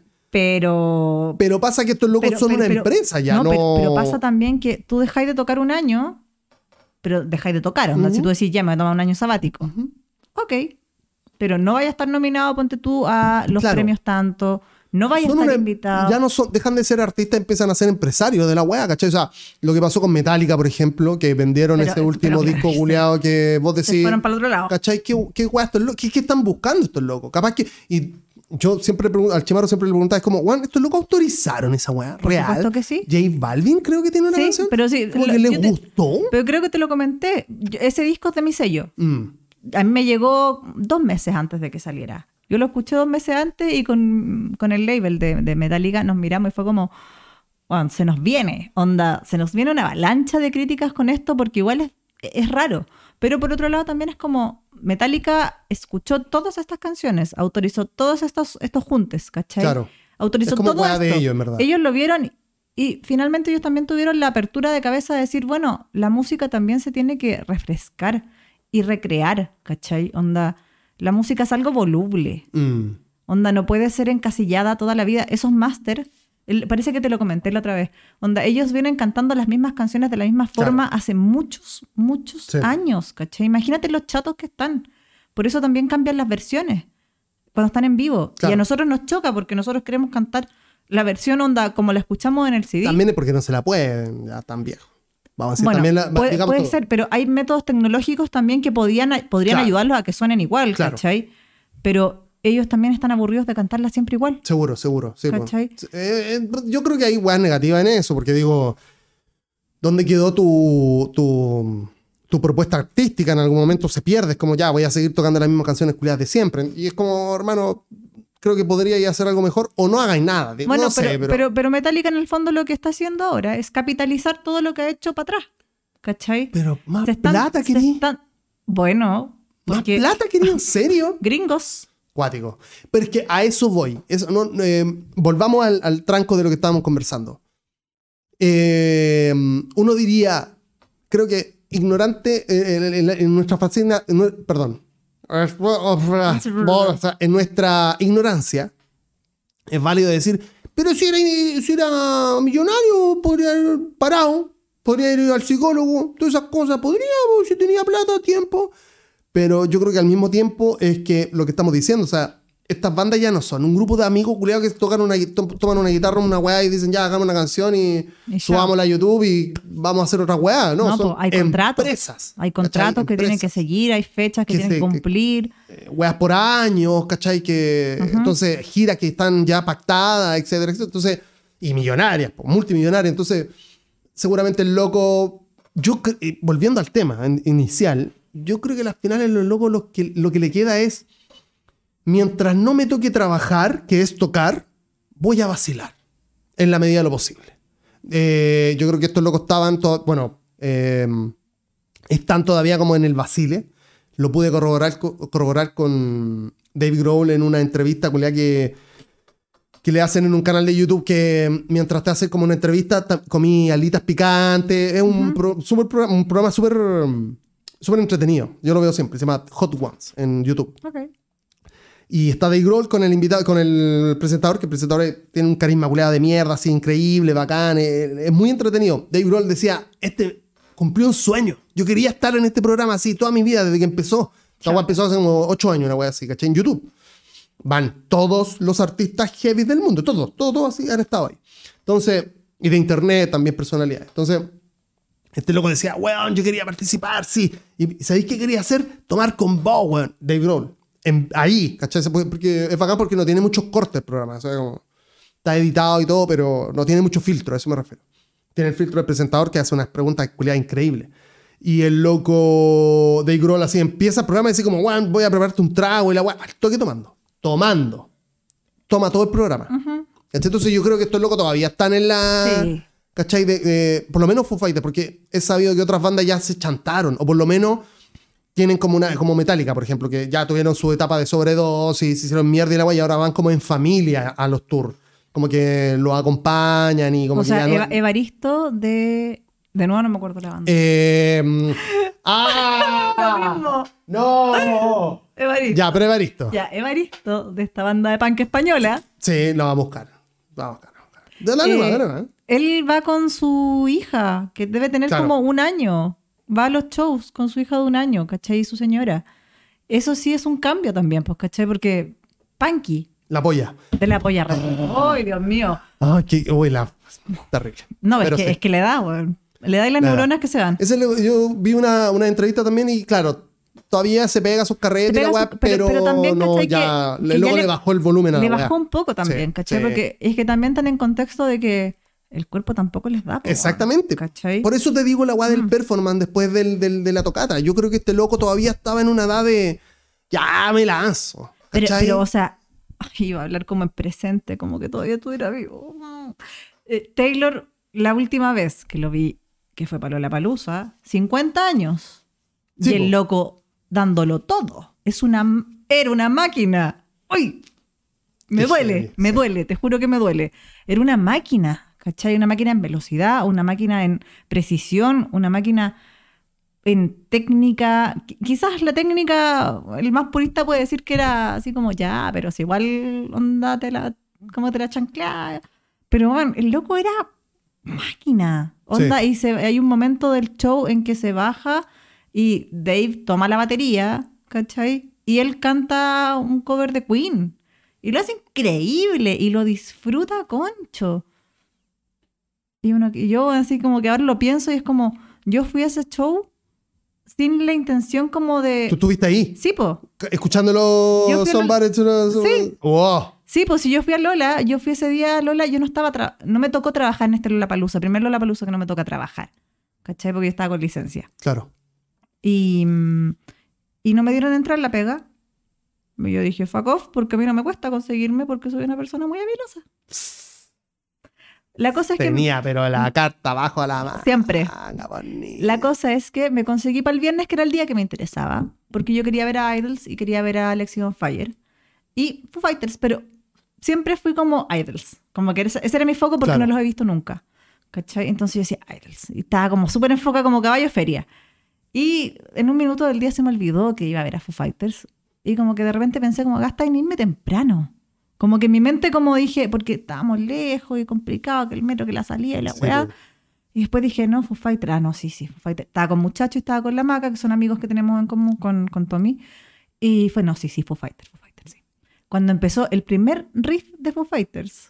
Pero... Pero pasa que estos locos pero- son pero- una pero- empresa ya, no... no, Pero, pero pasa también que tú dejáis de tocar un año, pero dejáis de tocar. Onda, Ujú. Si tú decís, ya me voy a tomar un año sabático. Ujú. Ok. Pero no vaya a estar nominado, ponte tú, a los Claro. premios tanto. No vaya a Son estar una- invitado. Ya no son, dejan de ser artistas, empiezan a ser empresarios de la wea, ¿cachai? O sea, lo que pasó con Metallica, por ejemplo, que vendieron Pero- ese último pero- disco se- culiado que vos Se decís, fueron para el otro lado. ¿cachai? ¿Qué, qué wea estos locos? ¿Qué, qué están buscando estos locos? Capaz que... Y yo siempre pregunto, al Chimaro siempre le preguntaba, es como, weón, ¿estos locos autorizaron esa wea? Por ¿Real? supuesto que sí. J Balvin creo que tiene una Sí, canción. pero sí, Como lo- que yo les te- gustó. Pero creo que te lo comenté. Yo- ese disco es de mi sello. Mm. A mí me llegó dos meses antes de que saliera. Yo lo escuché dos meses antes y con, con el label de, de Metallica nos miramos y fue como, "Bueno, se nos viene, onda, se nos viene una avalancha de críticas con esto porque igual es, es raro. Pero por otro lado también es como, Metallica escuchó todas estas canciones, autorizó todos estos, estos juntes, ¿cachai? Claro. Autorizó Es como todo hueá esto. de ellos, en verdad. Ellos lo vieron y finalmente ellos también tuvieron la apertura de cabeza de decir, bueno, la música también se tiene que refrescar y recrear, ¿cachai? Onda, la música es algo voluble. Mm. Onda, no puede ser encasillada toda la vida. Esos máster, el- parece que te lo comenté la otra vez. Onda, ellos vienen cantando las mismas canciones de la misma forma hace muchos, muchos Sí. años, ¿cachai? Imagínate los chatos que están. Por eso también cambian las versiones cuando están en vivo. Claro. Y a nosotros nos choca porque nosotros queremos cantar la versión onda como la escuchamos en el C D. También es porque no se la pueden, ya tan viejo. Vamos a decir, Bueno, también la, puede, digamos puede todo. ser, pero hay métodos tecnológicos también que podían, podrían Claro. ayudarlos a que suenen igual, Claro. ¿cachai? Pero ellos también están aburridos de cantarla siempre igual. Seguro, seguro. Sí, po. ¿Cachai? Eh, eh, yo creo que hay weas negativas en eso, porque digo, ¿dónde quedó tu, tu, tu propuesta artística? En algún momento se pierde, es como ya, voy a seguir tocando las mismas canciones culiadas de siempre. Y es como, hermano, creo que podría hacer algo mejor o no hagáis nada. Digo, Bueno, no sé, pero, pero, pero... Pero, Metallica en el fondo lo que está haciendo ahora es capitalizar todo lo que ha hecho para atrás. ¿Cachai? pero más Se están- plata se querí. están- Bueno, Más porque plata querí, ¿en serio? gringos. Cuático. Pero es que a eso voy. Eso, no, eh, volvamos al, al tranco de lo que estábamos conversando. Eh, uno diría, creo que ignorante eh, en, en- en nuestra fascina, en nue- perdón, en nuestra ignorancia es válido decir, pero si era, si era millonario, podría haber parado, podría ir al psicólogo, todas esas cosas, podría, pues, si tenía plata, tiempo. Pero yo creo que al mismo tiempo es que lo que estamos diciendo, o sea, estas bandas ya no son un grupo de amigos culiados que tocan una, gui- to- toman una guitarra, una weá y dicen ya, hagamos una canción y, Y ya. subámosla a YouTube y vamos a hacer otra weá. No, No, son po, hay contratos. empresas. Hay contratos ¿cachai? que tienen que Empresas. seguir, hay fechas que, Que tienen se- que cumplir. Eh, weas por años, ¿cachai? Que, Ujú. Entonces, giras que están ya pactadas, etcétera, etcétera. Entonces, y millonarias, po, multimillonarias. Entonces, seguramente el loco, yo cre- eh, volviendo al tema en- inicial, yo creo que al final a los locos lo que, lo que le queda es, mientras no me toque trabajar, que es tocar, voy a vacilar en la medida de lo posible. Eh, yo creo que estos locos estaban, to- bueno, eh, están todavía como en el vacile. Lo pude corroborar, co- corroborar con Dave Grohl en una entrevista culiá, que, que le hacen en un canal de YouTube, que mientras te hacen como una entrevista, ta- comí alitas picantes. Es un, pro- super programa- un programa súper um, súper entretenido. Yo lo veo siempre. Se llama Hot Ones en YouTube. Ok. Y está Dave Grohl con el invitado, con el presentador, que el presentador es- tiene un carisma culeado de mierda, así increíble, bacán, es, es muy entretenido. Dave Grohl decía, este cumplió un sueño. Yo quería estar en este programa así toda mi vida, desde que empezó. Esta weá empezó hace como ocho años, una weá así, ¿cachai? En YouTube. Van todos los artistas heavy del mundo, todos, todos, todos así han estado ahí. Entonces, y de internet también personalidades. Entonces, este loco decía, weón, yo quería participar, sí. ¿Y sabéis qué quería hacer? Tomar con vos, weón, Dave Grohl. En, ahí, ¿cachai? Porque es bacán porque no tiene muchos cortes el programa. O sea, como, está editado y todo, pero no tiene mucho filtro, a eso me refiero. Tiene el filtro del presentador que hace unas preguntas culiadas increíbles. Y el loco Dave Grohl así empieza el programa y dice como, weón, voy a prepararte un trago y la weón, al toque tomando. Tomando. Toma todo el programa. Ujú. ¿Cachai? Entonces yo creo que estos locos todavía están en la... Sí. ¿Cachai? De, de- por lo menos Foo Fighters, porque he sabido que otras bandas ya se chantaron, o por lo menos tienen como una como Metallica, por ejemplo, que ya tuvieron su etapa de sobredosis, se hicieron mierda y la weá, y ahora van como en familia a los tours. como que lo acompañan y como O que sea, ya no... Eva- Evaristo de... De nuevo no me acuerdo la banda. Eh, ¡Ah! Lo mismo. ¡No! Evaristo. Ya, pero Evaristo. Ya, Evaristo, de esta banda de punk española. Sí, lo va a buscar. Lo va a buscar. Lo va a buscar. Dale, eh, dale, dale. Él va con su hija, que debe tener Claro. como un año. Va a los shows con su hija de un año, ¿cachai? Y su señora. Eso sí es un cambio también, pues, ¿cachai? Porque punky, La polla. de la polla re- ¡Ay, Dios mío! Ay, que... Uy, la... Terrible. No, es Pero que, sí. es que le da, weón. Le da y las Le da. neuronas que se van. Ese le- yo vi una, una entrevista también y claro, todavía se pega a sus carreras Se y la pega weá, su- pero- pero, pero también, no, ¿cachai? ya, Que- le- que luego ya le, le- bajó el volumen a Le la bajó weá. un poco también, Sí, ¿cachai? sí. Porque es que también están en contexto de que el cuerpo tampoco les da. po, Exactamente. ¿cachai? Por eso te digo la weá del Mm. performance después del, del- de la tocata. Yo creo que este loco todavía estaba en una edad de ya me lanzo. Pero, ¿cachai? pero, o sea, ay, iba a hablar como en presente, como que todavía estuviera vivo. Eh, Taylor, la última vez que lo vi, que fue para Lollapalooza, cincuenta años. Sí, y el po. loco dándolo todo. Es una, era una máquina. ¡Uy! Me Qué duele, heavy, me sí. duele, te juro que me duele. Era una máquina, ¿cachai? Una máquina en velocidad, una máquina en precisión, una máquina en técnica. Qu- Quizás la técnica, el más purista puede decir que era así como ya, pero si igual onda te la, como te la chanclea. Pero bueno, el loco era máquina. Onda, Sí. y se, hay un momento del show en que se baja y Dave toma la batería, ¿cachai? Y él canta un cover de Queen. Y lo hace increíble y lo disfruta concho. Y, uno, y yo así como que ahora lo pienso y es como, yo fui a ese show sin la intención como de... ¿Tú estuviste ahí? Sí, po. Escuchándolo Yo fui a Somebody to the- Sí. Wow. Sí, pues si yo fui a Lola, yo fui ese día a Lola, yo no estaba, tra- no me tocó trabajar en este Lollapalooza, primer Lollapalooza que no me toca trabajar, ¿cachai? Porque yo estaba con licencia. Claro. Y, mm, y no me dieron entrar la pega. Y yo dije, fuck off, porque a mí no me cuesta conseguirme porque soy una persona muy habilosa. La cosa es que... Tenía, pero la carta abajo a la mano. Siempre. bonita. La cosa es que me conseguí para el viernes, que era el día que me interesaba, porque yo quería ver a Idols y quería ver a Alexis on Fire y Foo Fighters, pero siempre fui como Idols, como que ese, ese era mi foco porque Claro. no los he visto nunca, ¿cachai? Entonces yo decía Idols y estaba como súper enfocada como caballo feria. Y en un minuto del día se me olvidó que iba a ver a Foo Fighters y como que de repente pensé como gasta en irme temprano. Como que en mi mente como dije, porque estábamos lejos y complicado, que el metro, que la salida y la Sí, weá. po. Y después dije, no, Foo Fighters. Ah, no, sí, sí, Foo Fighters. Estaba con muchachos y estaba con la Maca, que son amigos que tenemos en común con, con Tommy. Y fue, no, sí, sí, Foo Fighters, Foo Fighters, sí. Cuando empezó el primer riff de Foo Fighters,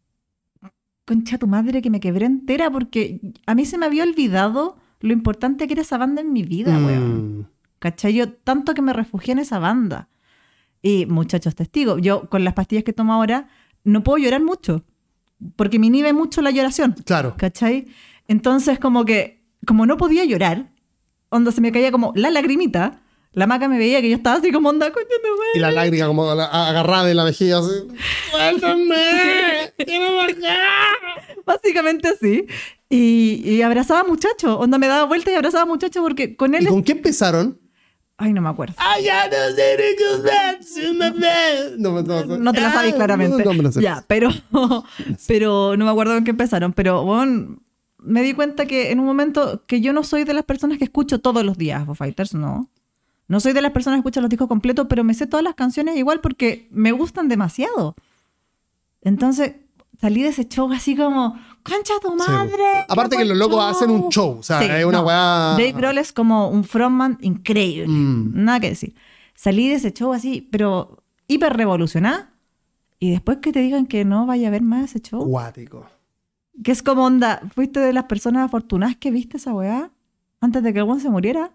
concha tu madre que me quebré entera porque a mí se me había olvidado lo importante que era esa banda en mi vida, Mm. weón. ¿Cachai? Yo tanto que me refugié en esa banda. Y muchachos testigos, yo con las pastillas que tomo ahora no puedo llorar mucho porque me inhibe mucho la lloración. Claro. ¿Cachai? Entonces, como que, como no podía llorar, onda se me caía como la lagrimita, la Maca me veía que yo estaba así como onda, coño, no Y la lágrima como la- agarrada en la mejilla así. ¡Suéltame! ¡Quiero bajar! básicamente así. Y, y abrazaba a muchacho, onda me daba vuelta y abrazaba a muchacho porque con él... ¿Y es- con qué empezaron? Ay, no me acuerdo. I got a little back to my bed. No, no, no. No te la sabes Ah, claramente. No, no me la sé. Ya, pero, pero no me acuerdo en qué empezaron. Pero bueno, me di cuenta que en un momento que yo no soy de las personas que escucho todos los días Foo Fighters, no. No soy de las personas que escuchan los discos completos, pero me sé todas las canciones igual porque me gustan demasiado. Entonces salí de ese show así como, concha tu madre. qué Aparte que buen los locos show". hacen un show. O sea, Sí, es una no. weá. Dave Grohl es como un frontman increíble. Mm. Nada que decir. Salí de ese show así, pero hiper revolucionada. Y después que te digan que no vaya a ver más ese show, Guático. que es como onda, fuiste de las personas afortunadas que viste esa weá antes de que el weón se muriera.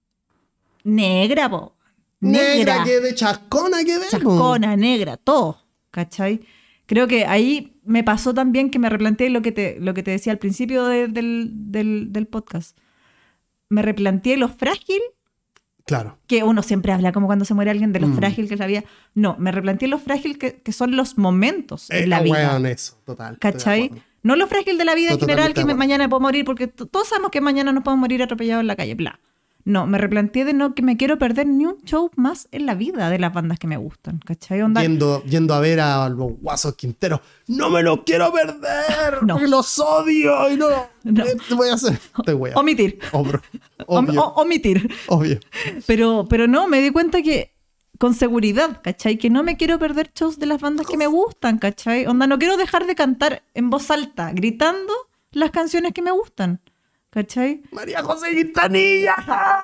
Negra, po. Negra, Negra. que de chascona que de. Chascona, negra, todo. ¿Cachai? Creo que ahí me pasó también que me replanteé lo que te, lo que te decía al principio de- del, del, del podcast. Me replanteé lo frágil, Claro. que uno siempre habla como cuando se muere alguien de lo Mm. frágil que es la vida. No, me replanteé lo frágil que, que son los momentos Eh, en la ah, vida. weón, eso, total. estoy de ¿Cachai? acuerdo. No lo frágil de la vida en Estoy general, totalmente que de me- acuerdo. mañana puedo morir, porque t- todos sabemos que mañana nos podemos morir atropellados en la calle, bla. No, me replanteé de no que me quiero perder ni un show más en la vida de las bandas que me gustan, ¿cachai? Onda, Yendo, yendo a ver a los Guasos Quinteros. ¡No me los quiero perder! No. ¡Porque los odio! Y no, No. ¿qué te voy a hacer? Te voy a... omitir. Obvio. Om- Obvio. o- omitir. Obvio. Pero, pero no, me di cuenta que con seguridad, ¿cachai? Que no me quiero perder shows de las bandas que me gustan, ¿cachai? Onda, no quiero dejar de cantar en voz alta, gritando las canciones que me gustan, ¿cachai? María José Quintanilla.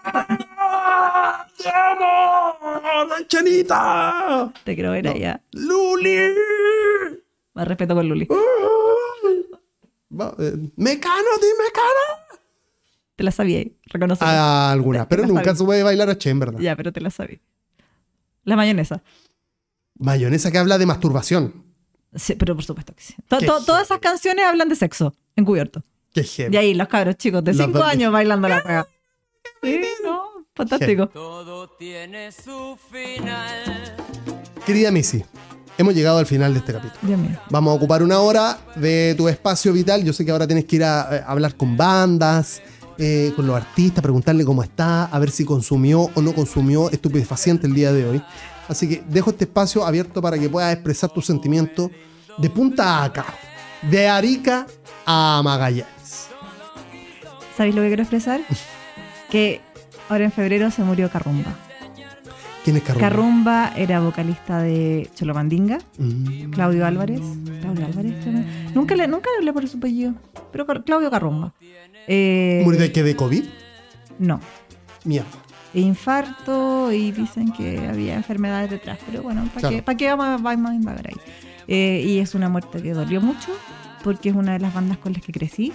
¡Te amo! ¡Ranchanita! Te quiero ver No. allá. ¡Luli! Más respeto con Luli. Va, eh, ¡Mecano, di Mecano! Te la sabía, reconocer. Ah, alguna, Te- te pero la nunca sabía. se puede bailar a Che, en verdad. Ya, pero te la sabía. La mayonesa. Mayonesa que habla de masturbación. Sí, pero por supuesto que sí. To- Qué to- todas heavy. esas canciones hablan de sexo, encubierto. Qué heavy. Y ahí los cabros chicos de Los cinco dos- años bailando la pega. Sí, no, fantástico. Todo tiene su final. Querida Missy, hemos llegado al final de este capítulo. Dios mío. Vamos a ocupar una hora de tu espacio vital. Yo sé que ahora tienes que ir a, a hablar con bandas, eh, con los artistas, preguntarle cómo está, a ver si consumió o no consumió estupefaciente el día de hoy. Así que dejo este espacio abierto para que puedas expresar tus sentimientos de punta a cabo, de Arica a Magallanes. ¿Sabéis lo que quiero expresar? Que ahora en febrero se murió Carrumba. ¿Quién es Carrumba? Carrumba era vocalista de Cholomandinga. Mm. Claudio Álvarez. Claudio Álvarez. creo. Nunca le, nunca le hablé por su apellido. Pero Car- Claudio Carrumba. Eh, ¿Murió de qué? ¿De COVID? No. Mierda. Infarto y dicen que había enfermedades detrás. Pero bueno, ¿para Claro. qué, ¿para qué vamos, vamos a indagar ahí? Eh, y es una muerte que dolió mucho porque es una de las bandas con las que crecí.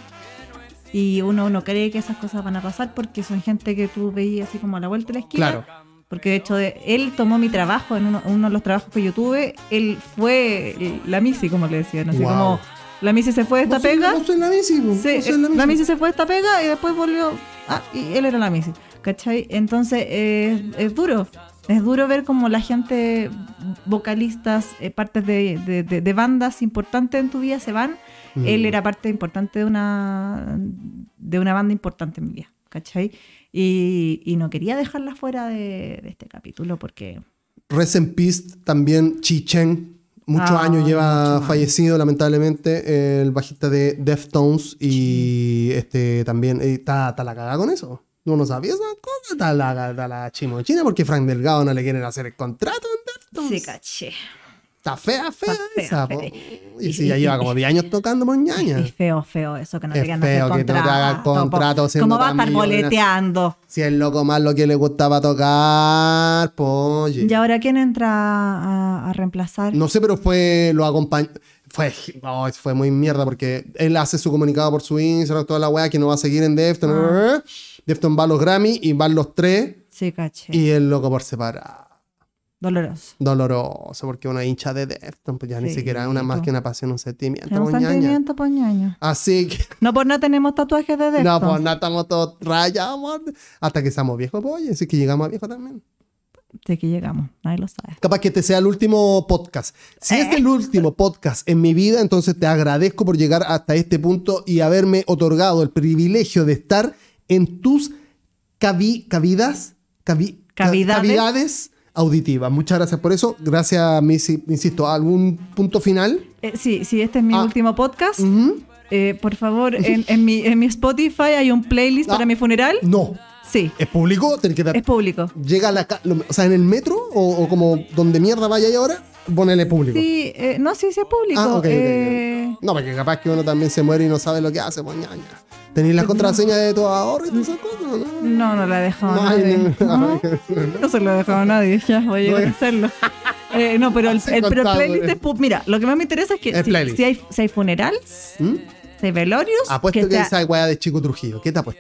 Y uno no cree que esas cosas van a pasar porque son gente que tú veías así como a la vuelta de la esquina. Claro. Porque de hecho de- él tomó mi trabajo en uno, uno de los trabajos que yo tuve. Él fue el- la Missy, como le decían. Así Wow. como la Missy se fue de esta ¿Vos sos- pega. vos sos la Missy, po. Sí, Vos sos la eh, la Missy. Missy se fue de esta pega y después volvió. Ah, y él era la Missy. ¿Cachai? Entonces eh, es duro. Es duro ver como la gente, vocalistas, eh, partes de, de- de- de bandas importantes en tu vida se van. Mm. Él era parte importante de una, de una banda importante en mi vida. ¿Cachai? Y, y no quería dejarla fuera de, de este capítulo porque... Rest in Peace también Chichen. Muchos Ah, años lleva muchos fallecido, lamentablemente, el bajista de Deftones. Y este también eh, está, está la cagada con eso. No no sabía esa cosa. Está la, está la chimochina porque Frank Delgado no le quieren hacer el contrato en Deftones. Sí, caché. Está fea, fea, Está fea, esa. fea. po. Y si ya lleva como diez años tocando moñaña. Es feo, feo eso que no Es te quieran hacer feo que no te contrato. hagan contrato siendo ¿Cómo va a tan estar millonario? boleteando? Si el loco más lo que le gustaba tocar, pues. ¿Y ahora quién entra a, a reemplazar? No sé, pero fue, lo acompañó. Fue, oh, fue muy mierda porque él hace su comunicado por su Instagram, toda la weá, que no va a seguir en Deftones. Ah. Deftones va a los Grammy y van los tres Sí, caché. y el loco por separado. Doloroso. Doloroso, porque una hincha de Deftones, pues ya ni Sí, siquiera es una más po. que una pasión, un sentimiento. Es un moñaña. sentimiento, poñaño. Así que, No por nada tenemos tatuajes de Deftones. no, pues nada, estamos todos rayados hasta que seamos viejos, pues, oye, así que llegamos a viejos también. Sí que llegamos, nadie lo sabe. Capaz que este sea el último podcast. Si Eh. es el último podcast en mi vida, entonces te agradezco por llegar hasta este punto y haberme otorgado el privilegio de estar en tus cavi cavidas, cavi ca- Cavidades. cavidades auditivas. Muchas gracias por eso. Gracias, Missy. Insisto, ¿algún punto final? Eh, sí, sí, este es mi Ah. último podcast. Ujú. Eh, por favor, en, en mi, en mi Spotify hay un playlist Ah. para mi funeral. No. Sí, ¿Es público? Tenés que dar. es público. Llega a la ca- lo- o sea, en el metro o, o como donde mierda vaya ahí ahora, ponele público. Sí, eh, no, sí, sí es público. Ah, ok, ok, ok. Eh, No, porque capaz que uno también se muere y no sabe lo que hace, pues ñaña. ¿Tenéis las contraseñas de tu ahorro y todas esas cosas? ¿No? No, no la he dejado No, a nadie. no, No, no se lo he dejado a nadie. Ya voy a llegar a hacerlo. Eh, no, pero el, Así el- pero el contado, playlist eh. es... pu- Mira, lo que más me interesa es que El si, playlist. si hay, si hay funerales, ¿Mm? si hay velorios, Apuesto que, sea- esa weá de Chico Trujillo. ¿Qué te ha puesto?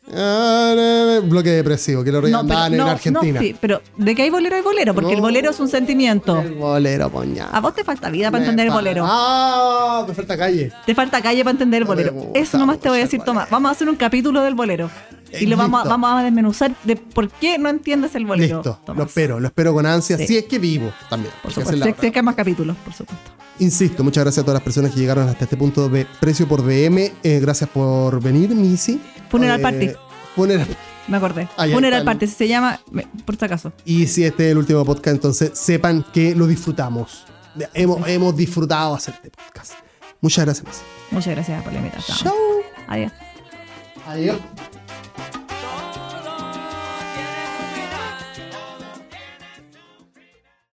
Ah, no, no, bloque depresivo, que lo No, pero, reandaban en no, Argentina. no, sí, pero de que hay bolero hay bolero, porque el No, bolero es un sentimiento. El bolero, poña. A vos te falta vida para entender el bolero. Ah, me falta calle. Te falta calle para entender el No me bolero. gusta Eso nomás te voy a mucho decir, el Tomás. bolero. Vamos a hacer un capítulo del bolero. Y Eh, lo vamos, a- listo. vamos a desmenuzar de por qué no entiendes el bolero. Listo, Tomás. lo espero, lo espero con ansia. Sí. Si es que vivo también. Por porque esa es supuesto. la Sé otra. sé que hay más capítulos, por supuesto. Insisto, muchas gracias a todas las personas que llegaron hasta este punto de precio por D M. Eh, gracias por venir, Missy. Funeral Eh, party. Funeral, Me acordé. Ah, ya Funeral está. Party, así se llama, me- por si acaso. Y si este es el último podcast, entonces sepan que lo disfrutamos. Hemos, hemos disfrutado hacer este podcast. Muchas gracias. Muchas gracias por la invitación. Chao. Adiós. Adiós.